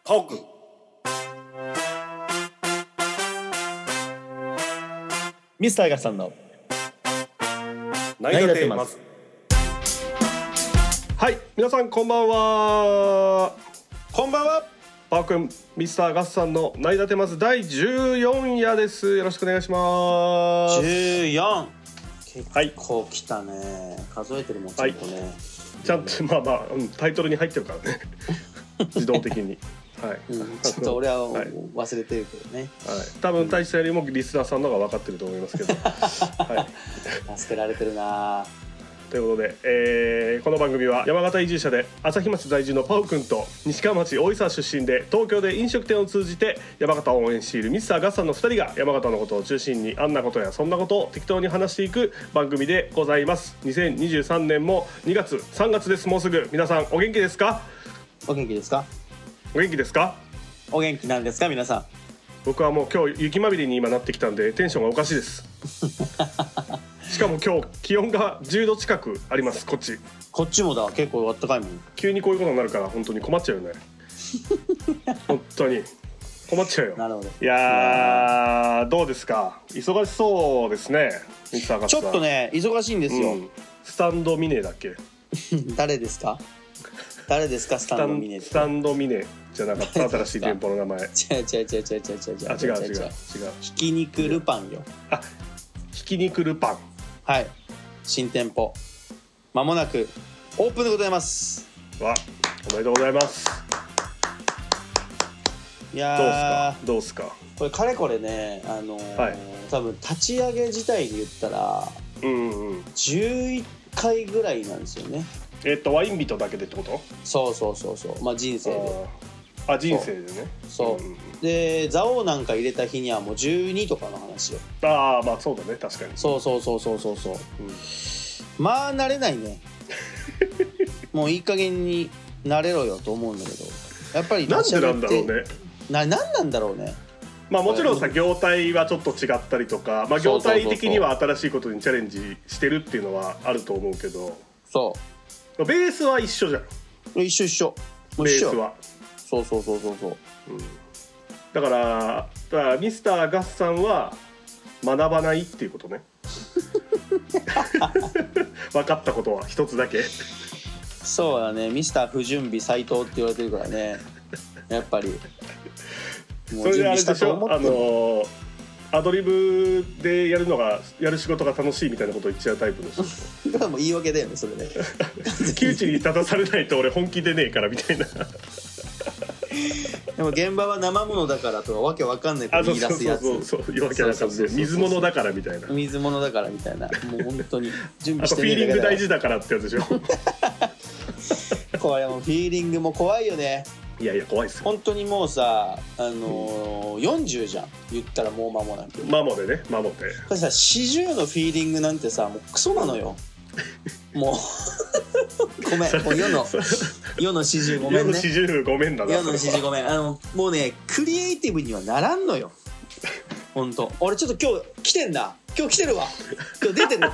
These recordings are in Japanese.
パオくんミスターガスさんの何が出ます。はい、皆さんこんばんは。 こんばんは。 パオくん、ミスターガスさんの何が出ます第14夜です。よろしくお願いします。 14、結構来たね。数えてるもんちゃんとね、はい、 ちゃんとまあ、タイトルに入ってるからね自動的にはい、 ちょっと俺は忘れてるけどね、 はい、多分大勢よりもリスナーさんの方が分かってると思いますけど、はい、 助けられてるな。 ということで、この番組は山形移住者で朝日町在住のパオくんと西川町大井沢出身で東京で飲食店を通じて山形を応援しているミスターガッサンの2人が山形のことを中心にあんなことやそんなことを適当に話していく番組でございます。2023年も2月3月です。もうすぐ。皆さんお元気ですか？ お元気ですか？ お元気ですか？ お元気なんですか皆さん？ 僕はもう今日雪まみれに今なってきたんでテンションがおかしいですしかも今日気温が10度近くあります。こっちもだ。結構あったかいもん。 急にこういうことになるから本当に困っちゃうよね本当に困っちゃうよ。 なるほど。 いやどうですか？忙しそうですね。ミスターガッツさんちょっとね忙しいんですよ、 スタンドミネだっけ誰ですかスタンドミネって。 スタンドミネじゃなかった新しい店舗の名前。違う。 ひき肉ルパンよ。 あ、ひき肉ルパン。 はい。新店舗まもなくオープンでございます。 わ、おめでとうございます。 いやどうすかこれかれこれね、はい、多分立ち上げ自体で言ったら、11回ぐらいなんですよね。 ワイン人だけでってこと？ そうまあ人生で。 人生でね。 そう、で蔵王なんか入れた日にはもう12とかの話よ。 まあそうだね、確かに。そう、 まあ慣れないねもういい加減に慣れろよと思うんだけど、やっぱりなんでなんだろうね。 なんなんだろうね。 まあもちろんさ、業態はちょっと違ったりとか、まあ業態的には新しいことにチャレンジしてるっていうのはあると思うけど、そうベースは一緒じゃん。 一緒ベースは。そう、だからミスターガッサンは学ばないっていうことね分かったことは一つだけ。 そうだね、ミスター不準備斉藤って言われてるからねやっぱりそれであれでしょ、アドリブでやる仕事が楽しいみたいなことを言っちゃうタイプの人だからもう言い訳だよねそれね窮地に立たされないと俺本気でねえからみたいなでも現場は生ものだからとかわけわかんないこと言い出すやつ。 そう言うわけなかった。水物だからみたいな。 水物だからみたいな。もう本当に準備してねえだけだ。あとフィーリング大事だからってやつでしょこれもうフィーリングも怖いよね。 いや怖いっすよ。 本当にもうさ、40じゃん言ったらもう間もなく。 マモで。これさ40のフィーリングなんてさもうクソなのよもうごめん、もう世の40ごめんね。 世の40ごめんだな。 世の40ごめん。もうねクリエイティブにはならんのよ。本当。俺ちょっと今日来てるわ。今日出てる。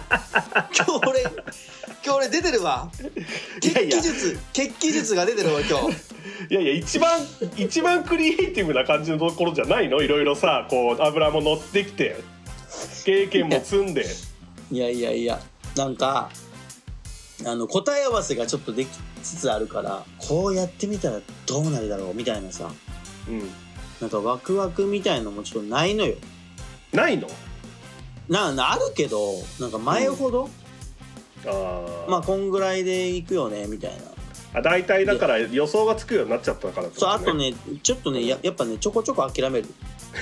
今日俺出てるわ。血気術が出てるわ今日。 いや一番クリエイティブな感じのところじゃないの？いろいろさ、こう油も乗ってきて経験も積んで。 いやなんか答え合わせがちょっとできつつあるから、こうやってみたらどうなるだろうみたいなさ、なんかワクワクみたいのもちょっとないのよ。 ないの？ あるけどなんか前ほど、まあこんぐらいでいくよねみたいな。 大体だから予想がつくようになっちゃったからってことね。 そう、あとねちょっとねやっぱねちょこちょこ諦める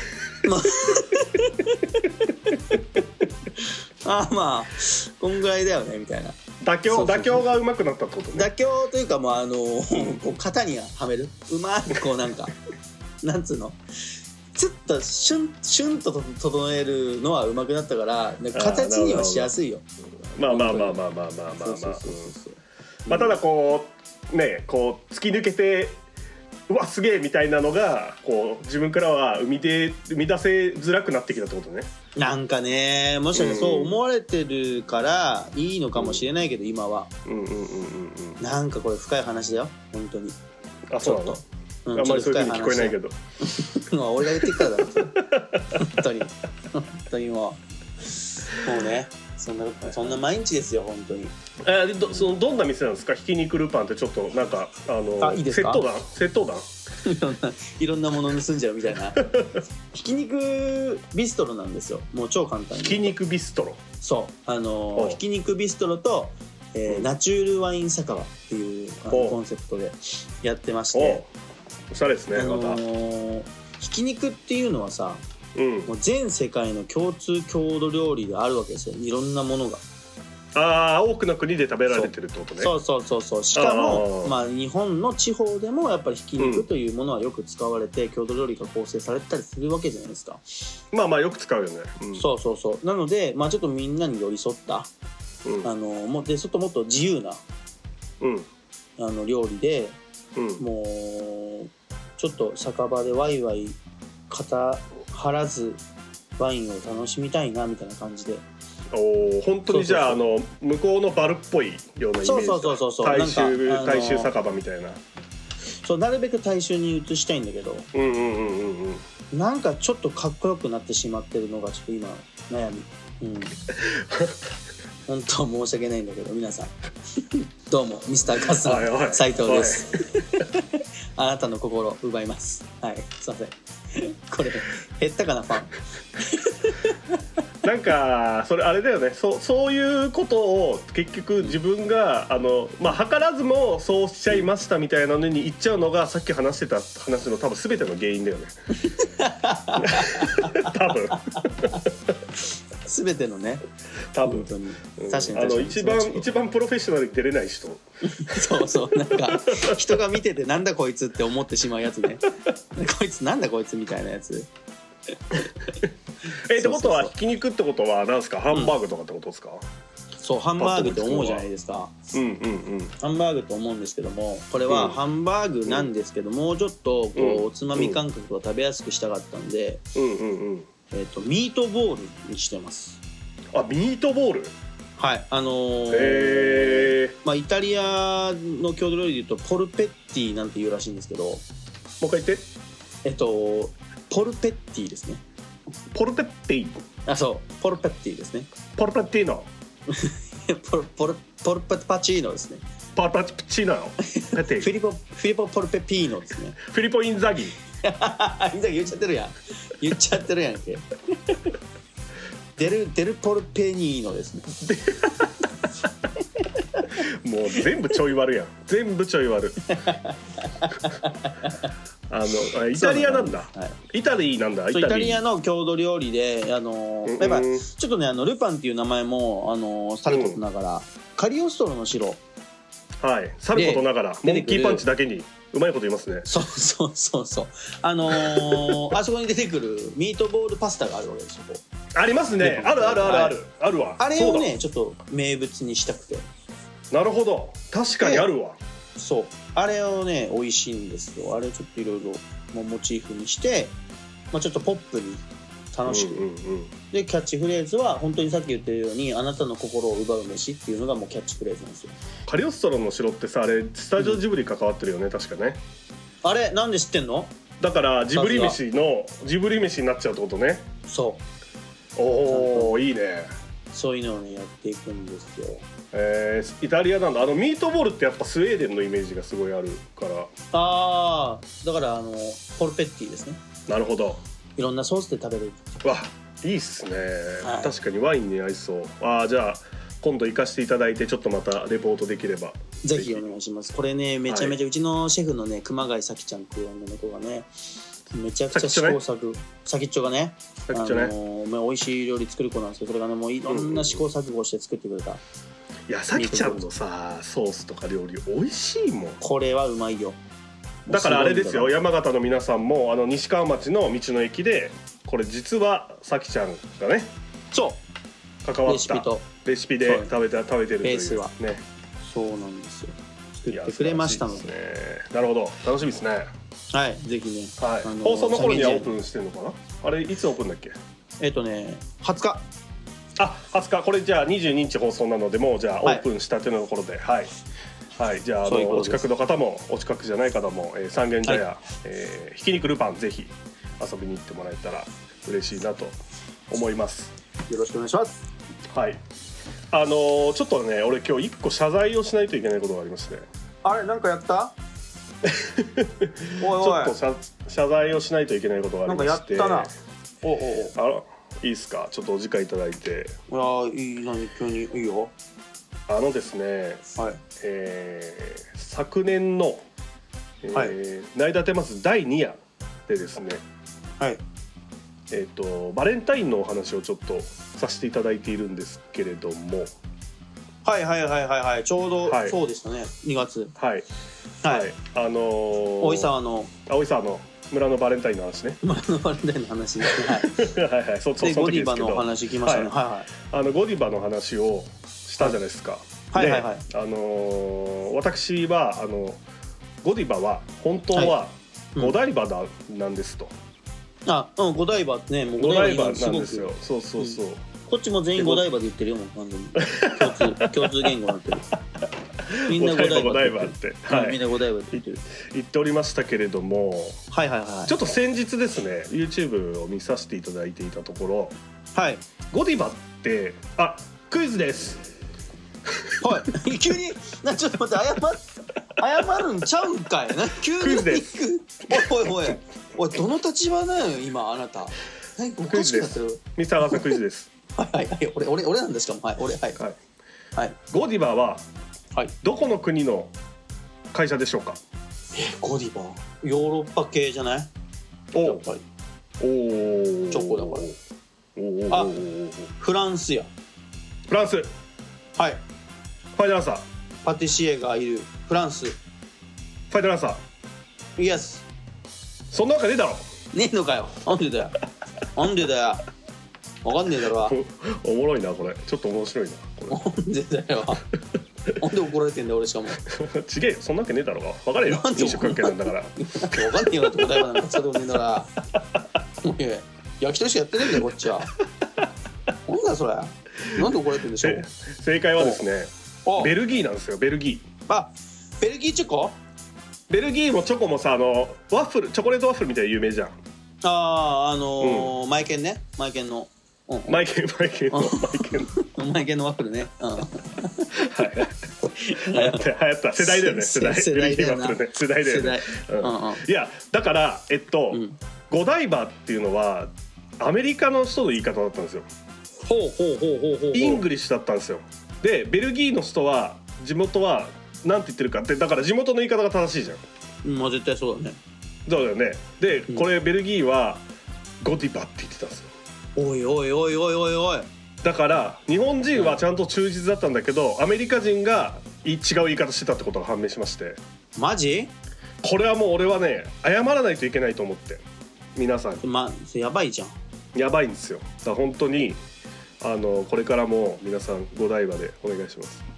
まあこんぐらいだよねみたいな。 妥協がうまくなったってことね。 妥協というかもうこう型にはめる、うまくこうなんかなんつうの、ちょっとシュンと整えるのはうまくなったから形にはしやすいよ。まあただこう突き抜けてうわすげえみたいなのがこう自分からは生み出せづらくなってきたってことね。 なんかね、もしかしたらそう思われてるからいいのかもしれないけど、今はなんかこれ深い話だよ本当に。 あ、そうなの？ あんまりそういう風に聞こえないけどもう俺が言ってくからだ本当にもうねそんな毎日ですよ本当に。 どんな店なんですか？ひき肉ルパンってちょっとなんかいいですか？ 窃盗団いろんなもの盗んじゃうみたいなひき肉ビストロなんですよ。もう超簡単に。 ひき肉ビストロ。 そうひき肉ビストロと、ナチュールワイン酒場っていうコンセプトでやってまして、 おしゃれですね。またひき肉っていうのはさ、もう全世界の共通郷土料理であるわけですよ。いろんなものが多くの国で食べられてるってことね。 そうしかも日本の地方でもやっぱりひき肉というものはよく使われて、郷土料理が構成されたりするわけじゃないですか。 まあよく使うよね。 そうなのでちょっとみんなに寄り添った、もっと自由な、料理で、もうちょっと酒場でワイワイ肩張らずワインを楽しみたいなみたいな感じで。 本当にじゃあ向こうのバルっぽいようなイメージ。そう大衆酒場みたいな。 そうなるべく大衆に移したいんだけど、なんかちょっとかっこよくなってしまってるのがちょっと今悩み。本当申し訳ないんだけど皆さんどうもミスターカスの斉藤です。あなたの心を奪います。はい、すいません。これ減ったかなファン。 なんかそれあれだよね。そういうことを結局自分が図らずもそうしちゃいましたみたいなのに言っちゃうのがさっき話してた話の多分全ての原因だよね。多分。 全てのね。 多分。 確かに一番プロフェッショナルに出れない人。 そうなんか人が見ててなんだこいつって思ってしまうやつね。こいつなんだこいつみたいなやつ。 ってことはひき肉ってことは何ですか？ハンバーグとかってことですか？ そうハンバーグって思うじゃないですか。ハンバーグと思うんですけども、これはハンバーグなんですけど、もうちょっとおつまみ感覚を食べやすくしたかったんで、ミートボールにしてます。 ミートボール。 はい、イタリアの郷土料理でいうとポルペッティなんて言うらしいんですけど。もう一回言って。 ポルペッティですね。 ポルペッティ。 そうポルペッティですね。 ポルペッティーノ。 ポルペパチーノですね。 ポルペチーノ。 フィリポポルペピーノですね。 フィリポインザギ。 インザギ言っちゃってるやんけ。デルポルペニーノですね。 もう全部ちょい悪やん。全部ちょい悪。イタリアなんだ。イタリアの郷土料理でやっぱちょっとねルパンっていう名前もさることながら、カリオストロの城。 はい。さることながらモンキーパンチだけにうまいこと言いますね。 そうあそこに出てくるミートボールパスタがあるわけですよ。 ありますね。あるわ。 あれをねちょっと名物にしたくて。 なるほど。確かにあるわ。 そうあれをね美味しいんですよ。あれちょっといろいろモチーフにして、ちょっとポップに楽しく、でキャッチフレーズは本当にさっき言ってるようにあなたの心を奪う飯っていうのがもうキャッチフレーズなんですよ。 カリオストロの城ってさ、あれスタジオジブリ関わってるよね、確かね。 あれなんで知ってんの？ だからジブリ飯になっちゃうってことね。 そうおおいいね。 そういうのをねやっていくんですよ。 イタリアなんだ。ミートボールってやっぱスウェーデンのイメージがすごいあるから。 だからポルペッティですね。 なるほど。 いろんなソースで食べる。 わ、いいっすね、はい、確かにワインに合いそう。じゃあ今度行かせていただいてちょっとまたレポートできればぜひお願いします。これねめちゃめちゃ、うちのシェフのね熊谷咲ちゃんっていう女の子がねめちゃくちゃ試行錯誤、先っちょがね美味しい料理作る子なんですけど、それがねもういろんな試行錯誤して作ってくれた。 いや咲ちゃんのさソースとか料理美味しいもん。 これはうまいよ。 だからあれですよ、山形の皆さんも西川町の道の駅でこれ実は咲ちゃんがねそう関わったレシピで食べてるというベースはね。 そうなんですよ。作ってくれましたので、 なるほど、楽しみですね。 はい、ぜひね、 はい、放送の頃にはオープンしてるのかな。あれいつオープンだっけ ？20日。 20日。これじゃあ22日放送なのでもうじゃあオープンしたてのところで、はい、 はい、じゃあ、お近くの方もお近くじゃない方も、三軒茶屋、ひき肉ルパンぜひ遊びに行ってもらえたら嬉しいなと思います。 よろしくお願いします。 はい、ちょっとね俺今日1個謝罪をしないといけないことがありまして。 あれなんかやったおいおいちょっと謝罪をしないといけないことがありまして。 なんかやったな。 いいですか、ちょっとお時間いただいて。 いやいい、何急にいいよ。 ですね、 はい、 昨年の、成田まず第2夜でですね、 はい、 バレンタインのお話をちょっとさせていただいているんですけれども、 はいはいはいはいはい、ちょうどそうでしたね、2月。 はいはい、大井沢の村のバレンタインの話ね。 村のバレンタインの話ね。はいはいはい。 その時ですけど。 ゴディバの話来ましたね。はいはい。 ゴディバの話をしたじゃないですか。 はいはいはい。 私はゴディバは本当はゴダイバなんですと。 ゴダイバね、もうゴダイバなんですよ。そうそうそう。 こっちも全員ゴダイバで言ってるよ、もう完全に。共通言語になってる。みんなゴダイバって、みんなゴダイバって言っておりましたけれども、 はいはいはい。 ちょっと先日ですね YouTube を見させていただいていたところ、 はい、 ゴディバってクイズです。 はい急にちょっと待って謝るんちゃうんかいな、急にクイズです。 おいどの立場なのよ今あなた。 クイズです。ミスターガーさんクイズです。 はい俺なんですかも。はい俺はいゴディバはどこの国の会社でしょうか。 ゴディバヨーロッパ系じゃない。やっぱりチョコだから。フランスや。 フランス。 はい。 ファイナルアンサー。 パティシエがいるフランス。 ファイナルアンサー。 イエス。 そんなわけねえだろ。 ねえのかよ。なんでだよなんでだよ、わかんねえだろ。 おもろいなこれ、ちょっと面白いなこれ。なんでだよなんで怒られてんだよ俺。しかもちげえよ、そんなわけねえだろが分かれよ、飲食関係なんだから分かんねえよって答えはなんかそうでもねえんだから焼き鳥しかやってねえんだよこっちは。なんだよそれ、なんで怒られてんでしょう。 正解はですねベルギーなんですよ。ベルギー。 ベルギーチョコ。 ベルギーもチョコもさワッフル、チョコレートワッフルみたいな有名じゃん。 マイケンね、マイケンのマイケンのワッフルね。 流行った世代だよね。世代だよな。世代だよね。いやだからゴダイバっていうのはアメリカの人の言い方だったんですよ。イングリッシュだったんですよ。でベルギーの人は地元はなんて言ってるかって、だから地元の言い方が正しいじゃん。 まあ絶対そうだね。 そうだよね。でこれベルギーはゴディバって言ってたんですよ。 おいだから日本人はちゃんと忠実だったんだけど、アメリカ人が違う言い方してたってことが判明しまして。 マジ？ これはもう俺はね謝らないといけないと思って、皆さんに。 やばいじゃん。 やばいんですよ。だから本当にこれからも皆さんゴダイバでお願いします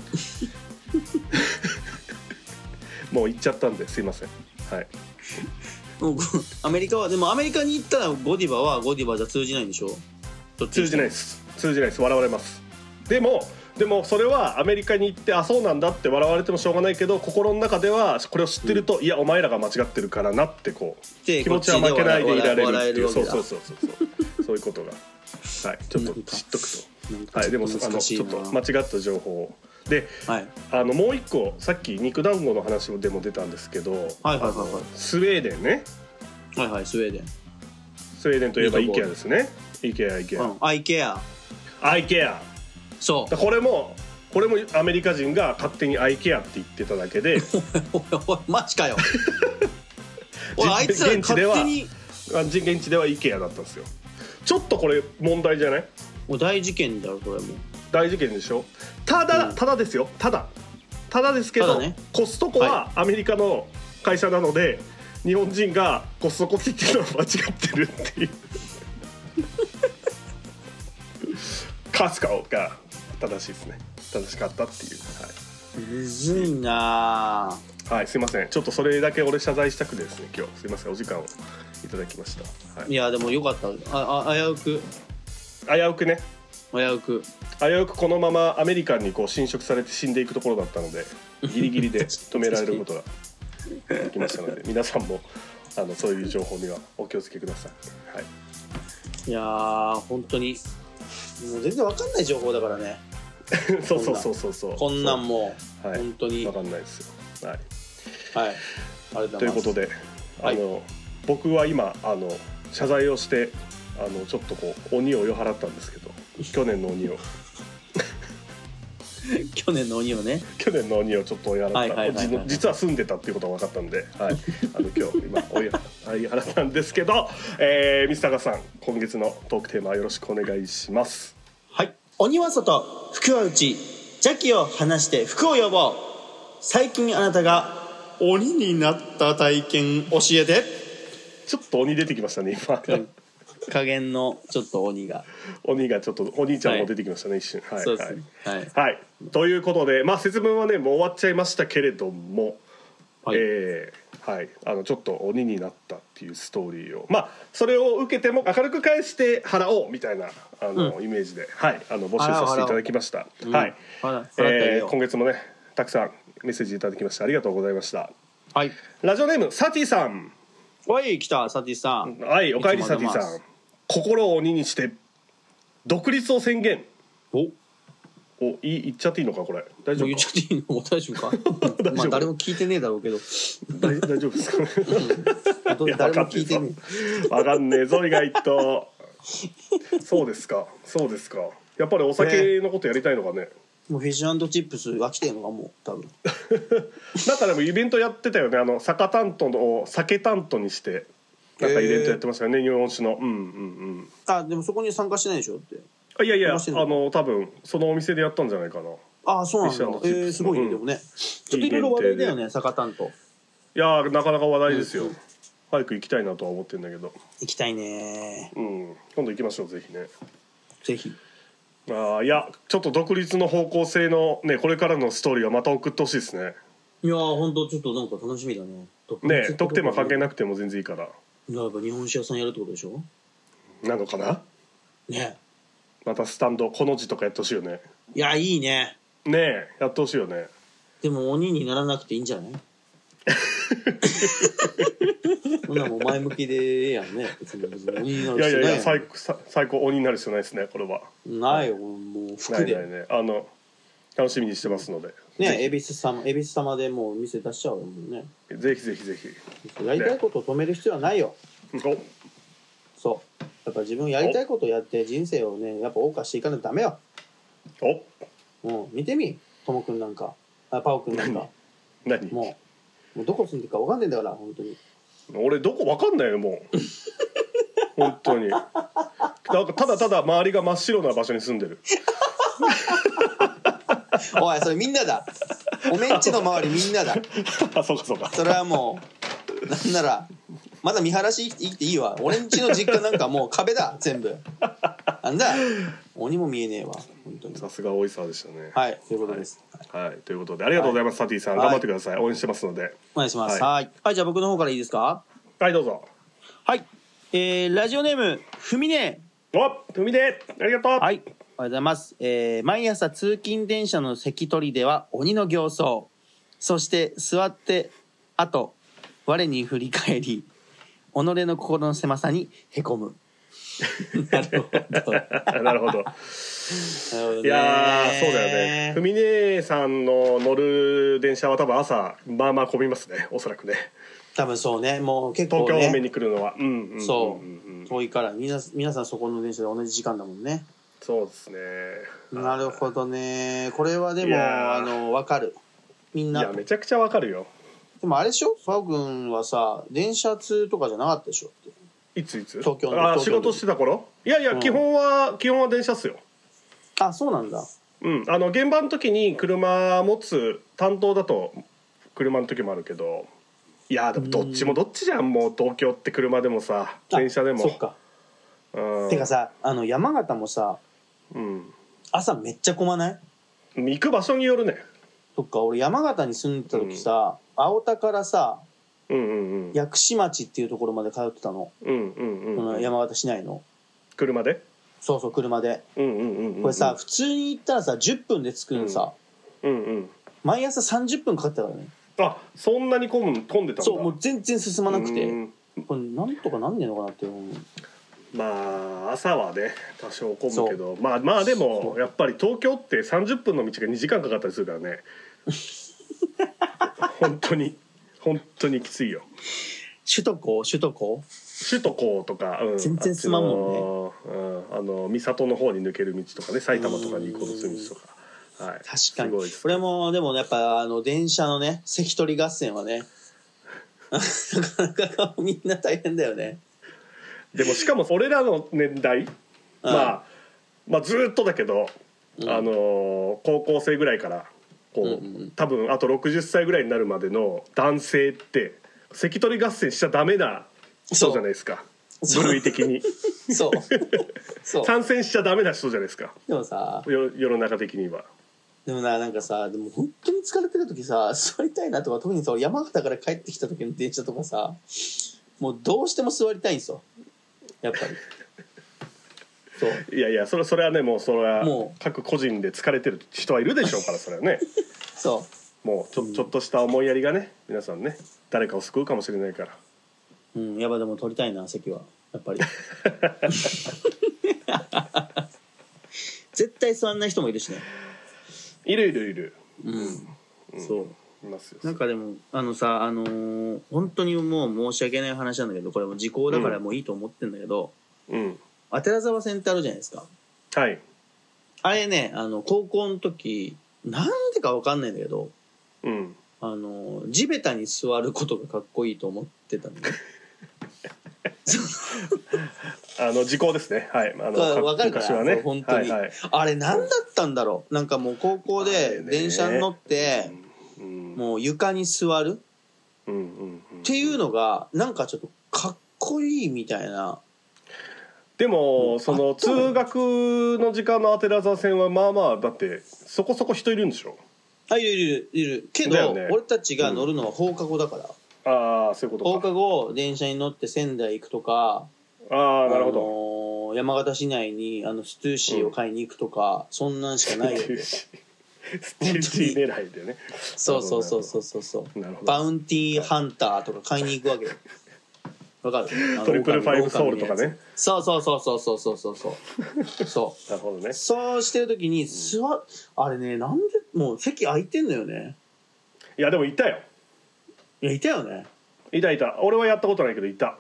もう行っちゃったんですいません。はい。 アメリカはでもアメリカに行ったらゴディバはゴディバじゃ通じないんでしょ。 通じないです笑われます。でもそれはアメリカに行ってそうなんだって笑われてもしょうがないけど、心の中ではこれを知ってると、いやお前らが間違ってるからなって気持ちは負けないでいられるっていう。そういうことがはい、ちょっと知っとくと。はい、でもちょっと間違った情報で、もう一個さっき肉団子の話でも出たんですけど、スウェーデンね。スウェーデンといえば IKEA ですね。IKEA。そう。これもアメリカ人が勝手に IKEA って言ってただけでおいマジかよあいつら勝手に現地では IKEA だったんですよ。ちょっとこれ問題じゃない？ もう大事件だろこれ。も大事件でしょ。ただですよ。ただですけど、コストコはアメリカの会社なので、日本人がコストコって言ってるのは間違ってるっていうカスカオが正しいですね。正しかったっていう。 むずいな。 はい、すいません。ちょっとそれだけ俺謝罪したくてですね、今日すいません、お時間をいただきました。 いやでもよかった。危うくね。 危うくこのままアメリカンにこう侵食されて死んでいくところだったのでギリギリで止められることができましたので皆さんもそういう情報にはお気をつけください。はい、 いやー本当にもう全然わかんない情報だからねそうこんなんもう、 はい、 本当にわかんないですよ。はい、 はい、ありがとうございます。 ということではい、 僕は今謝罪をしてちょっとこう鬼を追い払ったんですけど去年の鬼を去年の鬼をね去年の鬼をちょっと追い払った、実は住んでたっていうことが分かったんで、はい、今日今追い払ったんですけど、ミスターガさん今月のトークテーマよろしくお願いします。 はい、鬼は外福は内、邪気を放して福を呼ぼう。最近あなたが鬼になった体験教えて。 ちょっと鬼出てきましたね今加減のちょっと鬼がちょっとお兄ちゃんも出てきましたね、はい、一瞬。はい、 そうですね。はい、 はい、ということで、まあ、節分はねもう終わっちゃいましたけれども、はいはい、ちょっと鬼になったっていうストーリーを、まあ、それを受けても明るく返して払おうみたいなイメージで、はい、募集させていただきました。はい、今月もねたくさんメッセージいただきましてありがとうございました。はい、ラジオネームサティさん。 おい来たサティさん。 はい、おかえりサティさん。心を鬼にして独立を宣言。言っちゃっていいのかこれ。大丈夫か。 言っちゃっていいの大丈夫か。まあ誰も聞いてねえだろうけど。 大丈夫ですか。 誰も聞いてねえ。わかんねえぞ意外と。そうですか。やっぱりお酒のことやりたいのかね。 もうフィッシュ&チップス飽きてんのかもう多分。 なんかでもイベントやってたよね。酒担当の酒担当にしてなんかイベントやってましたよね、日本酒の。 あでもそこに参加してないでしょって。 いや多分そのお店でやったんじゃないかな。 あそうなんだ。すごいね、でもねちょっといろいろ話題だよね酒担当。いやなかなか話題ですよ。早く行きたいなとは思ってるんだけど。 行きたいね。 今度行きましょうぜひね。 ぜひ。 いやちょっと独立の方向性のねこれからのストーリーはまた送ってほしいですね。 いや本当ちょっとなんか楽しみだね。 ね特テーマ関係なくても全然いいから。 やっぱ日本酒屋さんやるってことでしょ。 なのかなね。 またスタンドこの字とかやってほしいよね。 いやいいね。 ねやってほしいよね。でも鬼にならなくていいんじゃない。そんなもう前向きでええやんね。鬼になる必要ない。いや最高鬼になる必要ないですねこれは。 ないよもう服で。 ない楽しみにしてますので。 ね恵比寿様でもう店出しちゃうよもうね。 ぜひ。 やりたいことを止める必要はないよ。そうやっぱ自分やりたいことをやって人生をねやっぱ謳歌していかないとダメよ。見てみともくんなんかパオくんなんか。 何もうどこ住んでるか分かんないんだから本当に。 俺どこ分かんないよもう本当になんかただ周りが真っ白な場所に住んでる。 おいそれみんなだ。おめんちの周りみんなだ。 そうかそれはもうなんならまだ見晴らし生きていいわ。俺んちの実家なんかもう壁だ全部。なんだ鬼も見えねえわ本当に。 さすが大井沢でしたね。 はいということです。 はいということでありがとうございます。サティさん頑張ってください。応援してますのでお願いします。はいじゃあ僕の方からいいですか。 はいどうぞ。 はいラジオネームふみね。 ふみねありがとう。 はいありがとうございます。毎朝通勤電車の関取では鬼の形相、そして座ってあと我に振り返り己の心の狭さにへこむ。なるほど。 いやそうだよね。ふみねさんの乗る電車は多分朝まあ混みますねおそらくね。 多分そうねもう結構ね東京方面に来るのはそう遠いから皆さんそこの電車で同じ時間だもんね。 そうですね。 なるほどね。これはでも分かるみんな。 いやめちゃくちゃ分かるよ。 でもあれでしょファオ君はさ電車通とかじゃなかったでしょって。 いつ東京の仕事してた頃。いや、基本は電車っすよ。 あそうなんだ。 現場の時に車持つ担当だと車の時もあるけど、いやでもどっちもどっちじゃん。もう東京って車でもさ電車でも。 そっか。てかさ山形もさ、朝めっちゃ混まない？ 行く場所によるね。 そっか俺山形に住んでた時さ、青田からさ薬師町っていうところまで通ってたの。山形市内の車で。 そうそう車で、これさ普通に行ったらさ10分で着くのさ、毎朝30分かかったからね。 あ、そんなに混んでたんだ。 そう、もう全然進まなくて、これなんとかなんねえのかなって思う。 まあ朝はね多少混むけど、まあでもやっぱり東京って30分の道が2時間かかったりするからね本当にきついよ。 首都高とか、 全然進まんもんね。三郷の方に抜ける道とかね、埼玉とかに行こうとする道とか。はい、 確かにこれもでもやっぱ電車のね関取合戦はねなかなかみんな大変だよね。 でもしかも俺らの年代、まあずっとだけど、高校生ぐらいからこう、多分あと60歳ぐらいになるまでの男性って関取合戦しちゃダメな人じゃないですか、部類的にそう参戦しちゃダメな人じゃないですか。でもさ世の中的には。 でもなんかさ、でも本当に疲れてる時さ座りたいなとか、特にさ山形から帰ってきた時の電車とかさ、もうどうしても座りたいんですよやっぱりそういやそれはね、もうそれは各個人で疲れてる人はいるでしょうからそれはねそうもうちょっとした思いやりがね、皆さんね誰かを救うかもしれないから。 やっぱでも取りたいな席はやっぱり絶対座んない人もいるしね。 いるそういますよ。なんかでも本当にもう申し訳ない話なんだけど、これも時効だからもういいと思ってんだけど、阿寺沢線ってあるじゃないですか。 はい。 あれね、高校の時なんでか分かんないんだけど、地べたに座ることがかっこいいと思ってたんで時効ですね。はい。 分かるから、ね、本当に、あれ何だったんだろう。なんかもう高校で電車に乗って、もう床に座るっていうのがなんかちょっとかっこいいみたいな。 でもその通学の時間の阿寺沢線はまあまあだってそこそこ人いるんでしょ。 いるけど、ね、俺たちが乗るのは放課後だから、 ああそういうことか。 放課後電車に乗って仙台行くとか、 ああなるほど、山形市内にステューシーを買いに行くとか、そんなんしかないよねステューシー狙いでね。 そうバウンティーハンターとか買いに行くわけよ。わかる？ トリプルファイブソウルとかね。 そうなるほどね。 そうしてる時にあれね、なんでもう席空いてんのよね。 いやでもいたよ。 いたよね。 いた。俺はやったことないけどいた。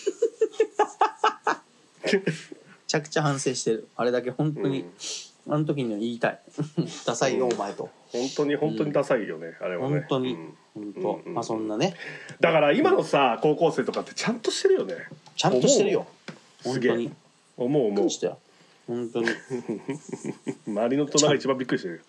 めちゃくちゃ反省してる。あれだけ本当に、あの時には言いたい。ダサいよお前と。 本当にダサいよね、あれはね。 本当、まあそんなね。 だから今のさ高校生とかってちゃんとしてるよね。 ちゃんとしてるよ。本当に。 思う。 本当に。 周りの大人が一番びっくりしてるよ。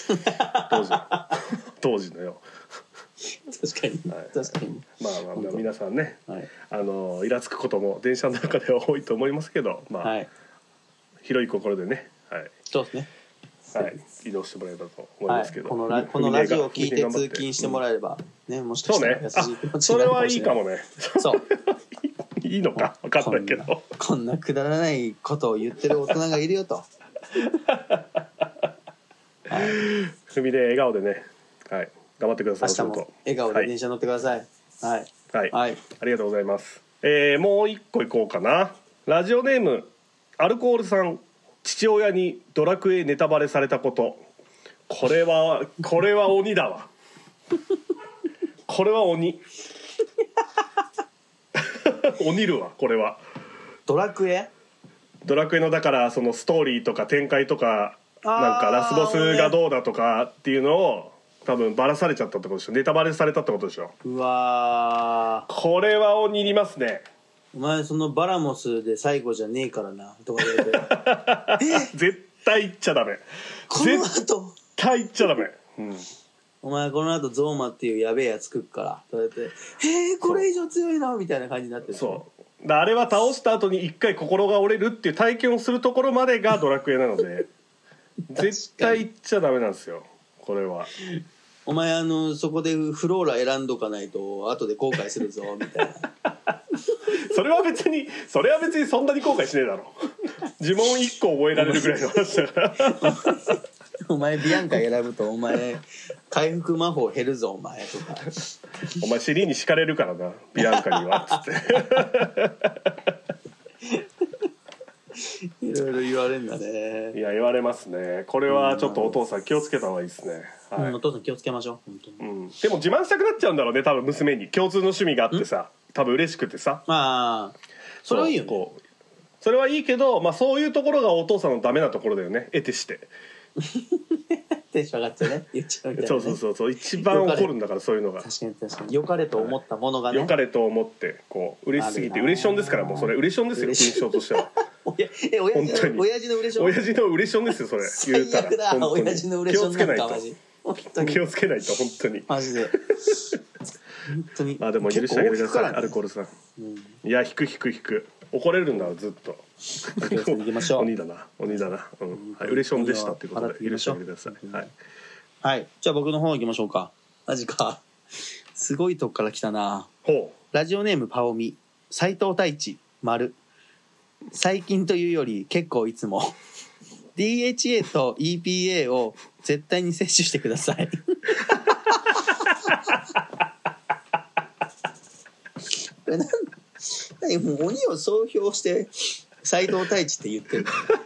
当時のよ。 確かに。 まあ皆さんね、イラつくことも電車の中では多いと思いますけど、まあ広い心でね、 そうですね。 移動してもらえばと思いますけど、 このラジオを聞いて通勤してもらえればね、もしかしたら優しい気持ちになるかもしれない。 それはいいかもね。そういいのか分かんないけど、 こんなくだらないことを言ってる大人がいるよと。 踏みで笑顔でね、頑張ってください。 明日も笑顔で電車乗ってください。 ありがとうございます。もう一個いこうかな。ラジオネームアルコールさん。父親にドラクエネタバレされたこと。これは鬼だわ。これは鬼。鬼るわこれは。 ドラクエのだからそのストーリーとか展開とかなんかラスボスがどうだとかっていうのを多分バラされちゃったってことでしょ。ネタバレされたってことでしょ。 うわこれは鬼りますね。 お前そのバラモスで最後じゃねえからなとか言われて絶対言っちゃダメ。 この後絶対言っちゃダメ、 お前この後ゾーマっていうやべえやつ食っからとか言ってこれ以上強いなみたいな感じになってる。 そうあれは倒した後に一回心が折れるっていう体験をするところまでがドラクエなので絶対言っちゃダメなんですよこれは。 お前そこでフローラ選んどかないと後で後悔するぞみたいなそれは別にそんなに後悔しねえだろ。呪文1個覚えられるぐらいの話だからお前ビアンカ選ぶとお前回復魔法減るぞお前とかお前尻に敷かれるからなビアンカにはつっていろいろ言われるんだね。 いや言われますね。これはちょっとお父さん気をつけた方がいいですね、はい、 お父さん気をつけましょう本当に、 でも自慢したくなっちゃうんだろうね多分娘に共通の趣味があってさ多分嬉しくてさまあそれはいいよね。 それはいいけど、まあ、そういうところがお父さんのダメなところだよね得てしてテンション上がっちゃうね言っちゃうみたいな、ね、 そう一番怒るんだからそういうのが確かに良かれと思ったものがね、 良かれと思ってこう嬉しすぎて嬉しょんですからもうそれ嬉しょんですよ印象としては親父の嬉しょん親父の嬉しょんですよそれ言うたら最悪だ親父の嬉しょんなんかマジ気をつけないと本当にマジで本当にでも許してあげてください、ね、アルコールさん、いや引く怒れるんだずっと行きましょう鬼だな、はい、嬉しょんでしたっていうことで許してあげてください、 はい、じゃあ僕の方行きましょうか。マジかすごいとこから来たな。 ほうラジオネームパオミ斉藤太一丸最近というより結構いつもDHA と EPA を絶対に摂取してください何もう鬼を総評して斉藤太一って言ってる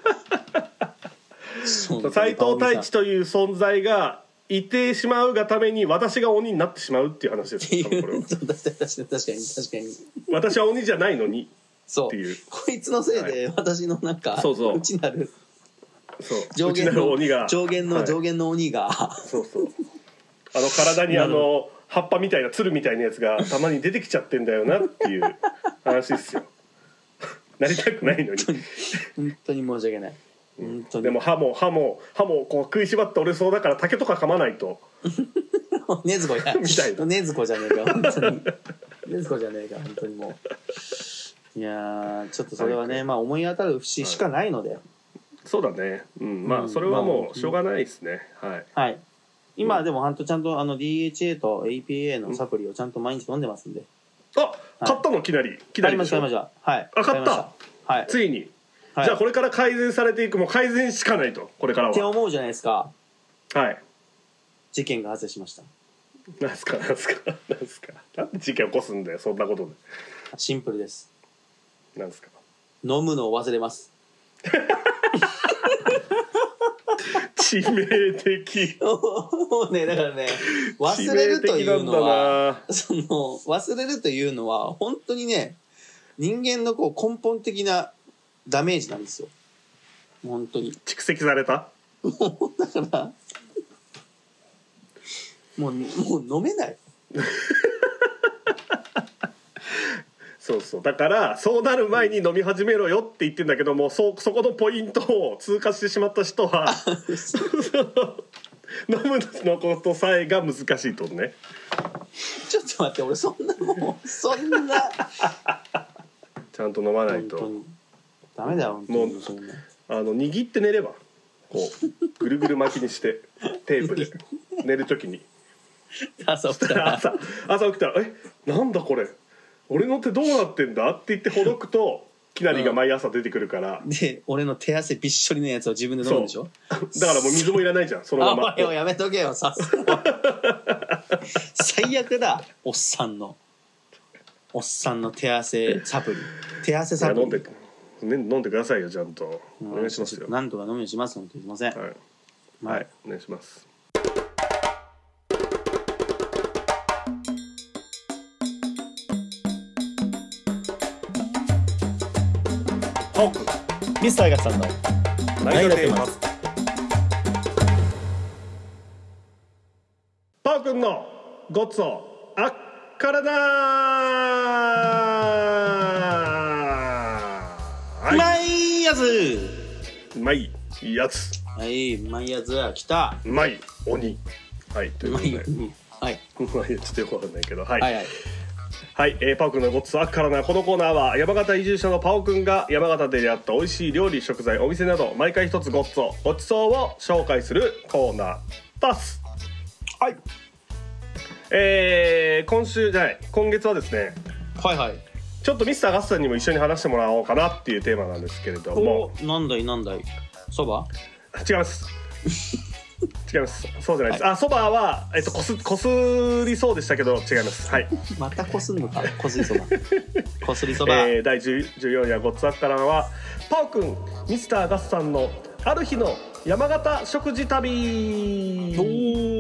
斉藤太一という存在がいてしまうがために私が鬼になってしまうっていう話ですよ。これは確かに私は鬼じゃないのにっていうこいつのせいで私のなんか内なる上限の鬼がそう体に葉っぱみたいなつるみたいなやつがたまに出てきちゃってんだよなっていう話ですよなりたくないのに本当に申し訳ない。でも歯もこう食いしばって折れそうだから竹とか噛まないとねずこやみたいなねずこじゃねえか本当にねずこじゃねえか本当にもういやちょっとそれはね、まあ思い当たる節しかないので、そうだね、まあそれはもうしょうがないですね。はい、今でもちゃんとDHA と APA のサプリをちゃんと毎日飲んでますんで。買ったの？きなり買いましたはい。買った。はい。ついに。じゃあこれから改善されていく、もう改善しかないとこれからはって思うじゃないですか。はい。事件が発生しました。なんすかなんで事件起こすんだよそんなことで。シンプルです。なんですか。飲むのを忘れます。致命的。もうねだからね忘れるというのは忘れるというのは本当にね人間のこう根本的なダメージなんですよ。本当に蓄積された。もうだからもう飲めない。そうだからそうなる前に飲み始めろよって言ってんだけども、そこのポイントを通過してしまった人は飲むのことさえが難しいとね。ちょっと待って俺そんなちゃんと飲まないとダメだよ。もう握って寝ればこうぐるぐる巻きにしてテープで寝るときに朝起きたらなんだこれ俺の手どうなってんだって言ってほどくときなりが毎朝出てくるから、で俺の手汗びっしょりのやつを自分で飲むんでしょ。だからもう水もいらないじゃんそのまま。やめとけよさすが最悪だ。おっさんの手汗サプリ飲んでくださいよちゃんと。お願いしますよ。なんとか飲むようにします。本当にすいません。はい、お願いします。ミスターガさんの何が出ます。パー君のごっつおあっからだー。まいやつまいやつはいまいやつ来た。まい鬼はいということではいちょっとよくわかんないけどはいはい、パオくんのごっつあっからな。このコーナーは山形移住者のパオくんが山形で出会った美味しい料理食材お店など毎回一つごちそうを紹介するコーナーです。はい、今月はですねちょっとミスターガスさんにも一緒に話してもらおうかなっていうテーマなんですけれども。 なんだいそば？ 違います違います。そうじゃないです。あ、そばはこすりそうでしたけど違います。はい。 またこすんのか。こすりそばこすりそば、 第14夜ごっつあっからはパオくんミスターガスさんのある日の山形食事旅と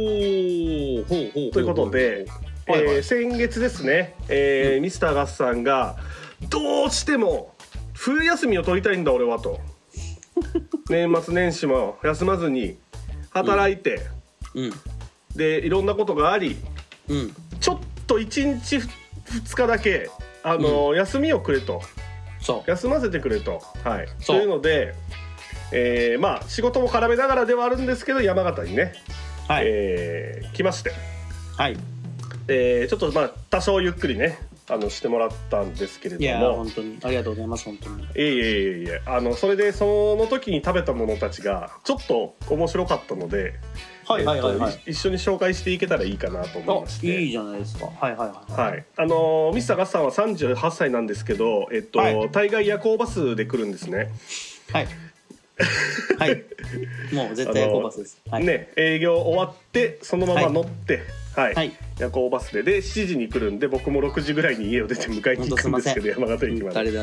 いうことで、先月ですね、ミスターガスさんがどうしても冬休みを取りたいんだ俺はと年末年始も休まずに働いて、でいろんなことがあり、ちょっと1日2日だけ休みをくれと、休ませてくれと、はい、というので、まあ仕事も絡めながらではあるんですけど山形にね、来まして、ちょっとまあ多少ゆっくりねしてもらったんですけれども、 いや本当にありがとうございます。本当にそれでその時に食べたものたちがちょっと面白かったので、一緒に紹介していけたらいいかなと思いまして。 いいじゃないですか。 ミスターガスさんは38歳なんですけど、大概夜行バスで来るんですね。 もう絶対夜行バスです。 営業終わってそのまま乗って、夜行バスで7時に来るんで、僕も6時ぐらいに家を出て迎えに行くんですけど、山形駅まで。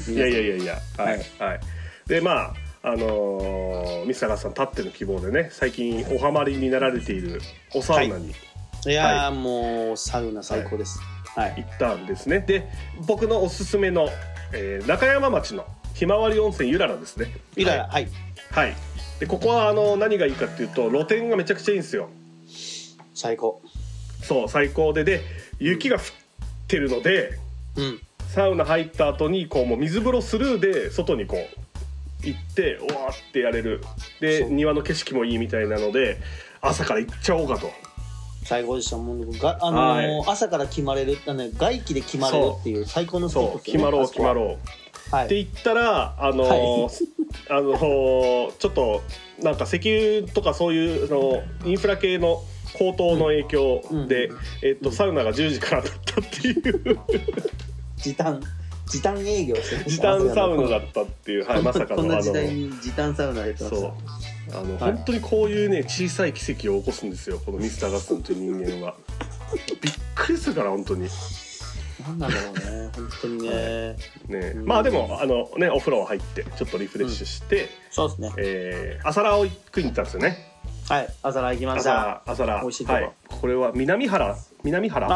でまあミスターガスさんたっての希望でね、最近おハマりになられているおサウナに、 もうサウナ最高です。 行ったんですね。で僕のおすすめの、中山町のひまわり温泉ゆららですね。でここは何がいいかっていうと露天がめちゃくちゃいいんですよ。 最高で雪が降ってるので、サウナ入った後にこうもう水風呂スルーで外にこう行っておわってやれる。で庭の景色もいいみたいなので朝から行っちゃおうかと。 最高でした。もう朝から決まれる、外気で決まれるっていう最高のスポットですね。 決まろうって言ったらちょっとなんか石油とかそういうインフラ系の高騰の影響で、サウナが10時からだったっていう時短営業して時短サウナだったっていう、まさかのこんな時代に時短サウナやってました。 本当にこういうね小さい奇跡を起こすんですよ、このミスターガスさんという人間は。びっくりするから本当に。 なんだろうね本当にね。 まあでもお風呂入ってちょっとリフレッシュして、 そうですね。 朝ラーを食いに行ったんですよね。 朝ラー行きました。 朝ラー美味しいとこ。 これは南原。 南原。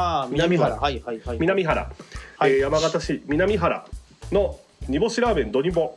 山形市南原の煮干しラーメンドニボ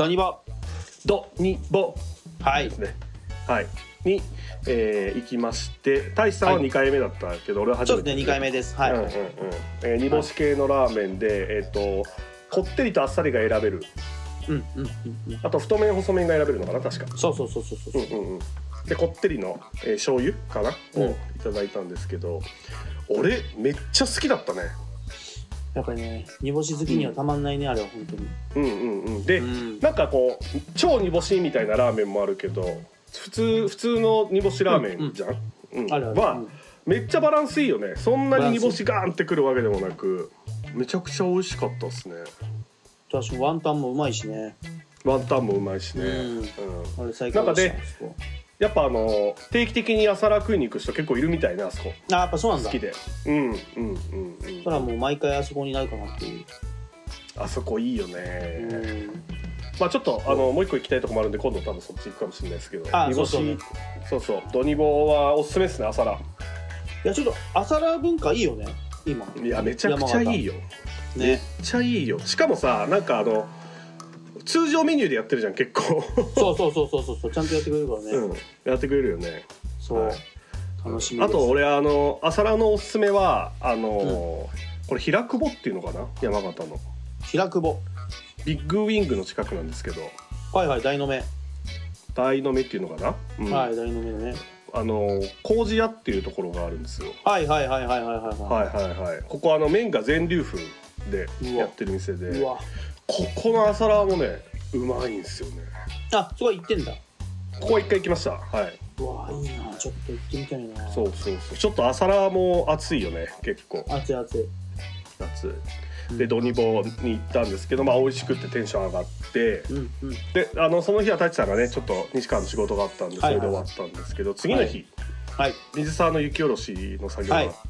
ですね。に行きまして、大志さんは2回目だったけど、俺は初めて。 そうですね、2回目です。 煮干し系のラーメンでこってりとあっさりが選べる。あと太麺細麺が選べるのかな、確か。 そう。 でこってりの醤油かなをいただいたんですけど、俺めっちゃ好きだったね。 やっぱりね、煮干し好きにはたまんないね、あれは本当に。 で、なんかこう超煮干しみたいなラーメンもあるけど、普通の煮干しラーメンじゃん。めっちゃバランスいいよね。そんなに煮干しガーンってくるわけでもなく、めちゃくちゃ美味しかったですね。 私ワンタンもうまいしね。 あれ最高でした。やっぱ定期的に朝ラー食いに行く人結構いるみたいな、あそこ。 やっぱそうなんだ。 好きで。 それはもう毎回あそこになるかなっていう。 あそこいいよね。まあちょっともう一個行きたいとこもあるんで、今度多分そっち行くかもしれないですけど、煮干し、ドニボはおすすめですね、朝ラー。 いやちょっと朝ラー文化いいよね今。 いやめちゃくちゃいいよ。めっちゃいいよ。しかもさ、なんか通常メニューでやってるじゃん結構。 そうちゃんとやってくれるからね。 やってくれるよね。 楽しみです。 あと俺朝ラーのおすすめはこれ平久保っていうのかな、山形の平久保ビッグウィングの近くなんですけど、 大の目っていうのかな、 大の目ね。 麹屋っていうところがあるんですよ。ここ麺が全粒粉でやってる店で、ここの朝ラーもねうまいんですよね。 そこ行ってんだ。 ここは一回行きました。 うわいいな、ちょっと行ってみたいな。 そうちょっと朝ラーも熱いよね、結構熱いでドニボに行ったんですけど、美味しくってテンション上がって、でその日は太一さんがねちょっと西川の仕事があったんでそれで終わったんですけど、次の日、水沢の雪下ろしの作業があって、